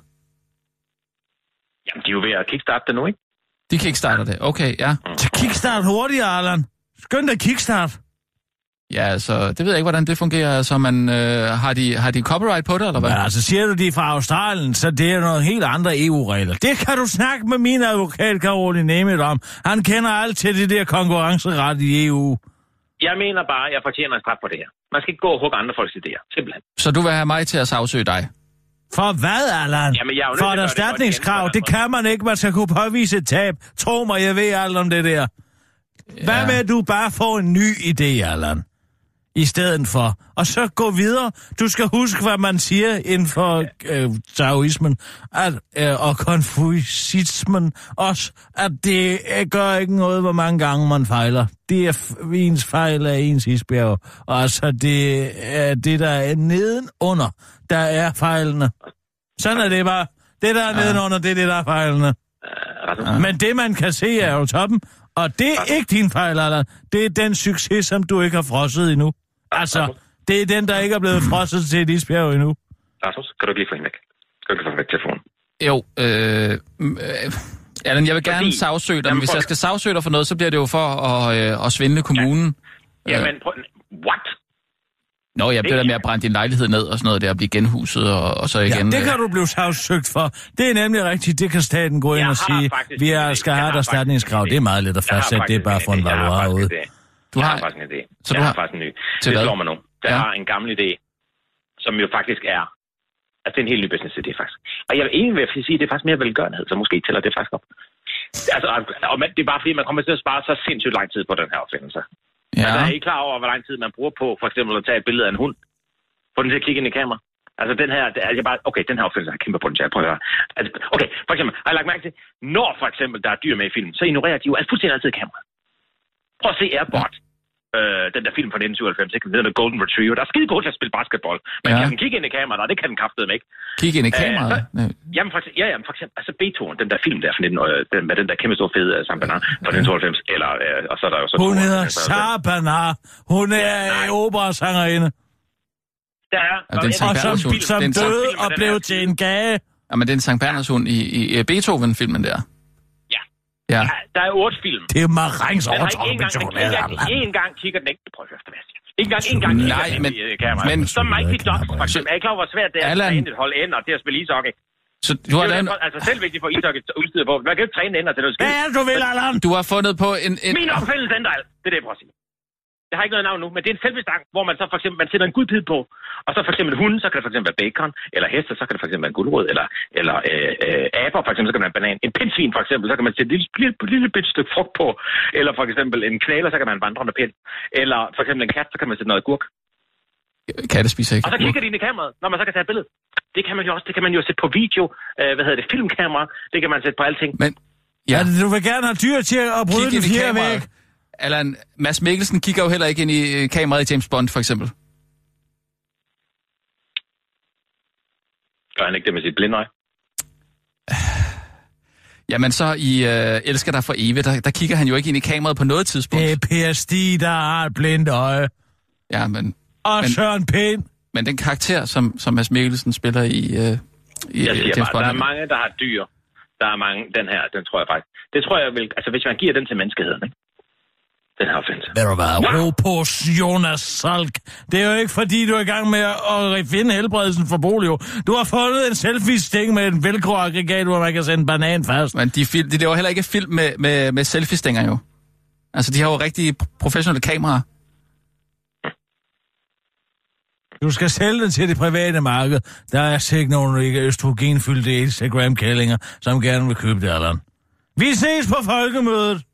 Jamen, de er jo ved at kickstarte det nu, ikke? De kickstarter det, okay, ja. Så kickstart hurtigt, Allan. Skynd dig kickstart. Ja, altså, det ved jeg ikke, hvordan det fungerer. Altså, har de copyright på det, eller hvad? Ja, altså, siger du de fra Australien, så det er nogle helt andre EU-regler. Det kan du snakke med min advokat, Caroline Nemeth, om. Han kender alt til det der konkurrenceret i EU. Jeg mener bare, at jeg fortjener en straf på det her. Man skal ikke gå og hugge andre folks idéer, simpelthen. Så du vil have mig til at sagsøge dig? For hvad, Allan? Jamen, for et erstatningskrav, det kan man ikke. Man skal kunne påvise et tab. Tro mig, jeg ved alt om det der. Hvad med, at du bare får en ny idé, Allan? I stedet for. Og så gå videre. Du skal huske, hvad man siger inden for taoismen og konfucismen også, at det gør ikke noget, hvor mange gange man fejler. Det er ens fejl af ens isbjerg. Og altså, det er det, der er nedenunder, der er fejlene. Sådan er det bare. Det, der er nedenunder, det er det, der er fejlene. Men det, man kan se, er jo toppen. Og det er ikke din fejl, Allan. Det er den succes, som du ikke har frosset endnu. Altså, det er den, der ikke er blevet frosset til et isbjerg endnu. Rasmus, kan du ikke lige få hende væk? Skal du ikke få væk telefonen? Jo, Allan, jeg vil gerne sagsøge dig, men hvis jeg skal sagsøge dig for noget, så bliver det jo for at svindle kommunen. Jamen, what? Nå, jeg bliver der med at brænde din lejlighed ned og sådan noget der, at blive genhuset og så igen. Ja, det kan du blive sagsøgt for. Det er nemlig rigtigt, det kan staten gå ind og sige, vi skal have et erstatningskrav. Det er meget let at fastsætte, det er bare for en valuar ude. Jeg har faktisk en idé. Jeg har faktisk en ny. Det slår mig nu. Der har en gammel idé, som jo faktisk er... Altså, det er en helt ny business-idé, faktisk. Og jeg vil egentlig sige, at det er faktisk mere velgørenhed, så måske tæller det faktisk op. Altså, og det er bare fordi, man kommer til at spare så sindssygt lang tid på den her opfindelse. Ja. Altså, er I klar over, hvor lang tid man bruger på, for eksempel at tage et billede af en hund? Få den til at kigge ind i kamera. Altså, den her... den her opfindelse har kæmpe potentiale. Prøv at høre. Altså, okay, for eksempel, har jeg lagt mærke til, når for eksempel der er dyr med i filmen, så ignorerer de jo fuldstændig altid kamera. Prøv at se Airport. Den der film fra 1997, ikke? Den hedder Golden Retriever. Der er skide god til at spille basketball. Men kan den kigge ind i kameraet? Og det kan den kraftedeme ikke. Kigge ind i kameraet? Jamen for eksempel, altså Beethoven, den der film der fra med den der kæmpe store fede Sambanar fra 1992, eller, og så er der jo så... Hun hedder Sambanar. Hun er operasangerinde. Der er... Som døde og blev til en gage. Jamen, det er en Sankt Bernhards hund i Beethoven-filmen der. Ja. Ja. Der er 8 film. Det er marengs overtrukket med chokolade. En gang kigger den ikke. Prøv at høre efter, hvad jeg siger. En gang. Nej, men så Mighty Ducks, for eksempel. Er I klar over, hvor svært det er at træne et hold ender til at spille ishockey? Så du har lavet... Altså selv vigtigt for ishockey udstyr på. Man kan jo ikke træne ender til noget skidt. Hvad er det, du vil, Allan? Du har fundet på en... Min opfældelse ender alt. Det er det, jeg prøver at sige. Jeg har ikke noget navn nu, men det er en selvbestang, hvor man så for eksempel, man sætter en gudpid på, og så for eksempel hunde, så kan det for eksempel være bacon, eller heste, så kan det for eksempel være en gulerod, eller aber, for eksempel, så kan det være en banan. En pindsvin, for eksempel, så kan man sætte et lille bitte stykke frugt på, eller for eksempel en knæler, så kan man vandrende pind, eller for eksempel en kat, så kan man sætte noget agurk. Katte spiser ikke. Og så kigger de ind i kameraet, når man så kan tage et billede. Det kan man jo også, det kan man jo sætte på video, filmkamera, det kan man sætte på alting. Men, ja, du vil gerne have dyr til at bryde den fjerde væg. Allan, Mads Mikkelsen kigger jo heller ikke ind i kameraet i James Bond, for eksempel. Gør han ikke det med sit blinde øje? Jamen så i Elsker dig for evigt, der kigger han jo ikke ind i kameraet på noget tidspunkt. Det er Per Stig, der har et blindt øje. Ja, men... Og Søren Pind. Men den karakter, som Mads Mikkelsen spiller i jeg siger James Bond... Der er mange, der har dyr. Der er mange, den tror jeg faktisk... Det tror jeg vil... Altså, hvis man giver den til menneskeheden, ikke? Den her offense. Ved du hvad? Ro på, Jonas Salk. Det er jo ikke, fordi du er i gang med at finde helbredelsen for polio. Du har fundet en selfie-sting med en velcro-aggregat, hvor man kan sende en banan fast. Men de laver heller ikke film med selfie-stinger jo. Altså, de har jo rigtig professionelle kameraer. Du skal sælge den til det private marked. Der er sikkert nogle østrogenfyldte Instagram-kællinger, som gerne vil købe det, Allan. Vi ses på folkemødet!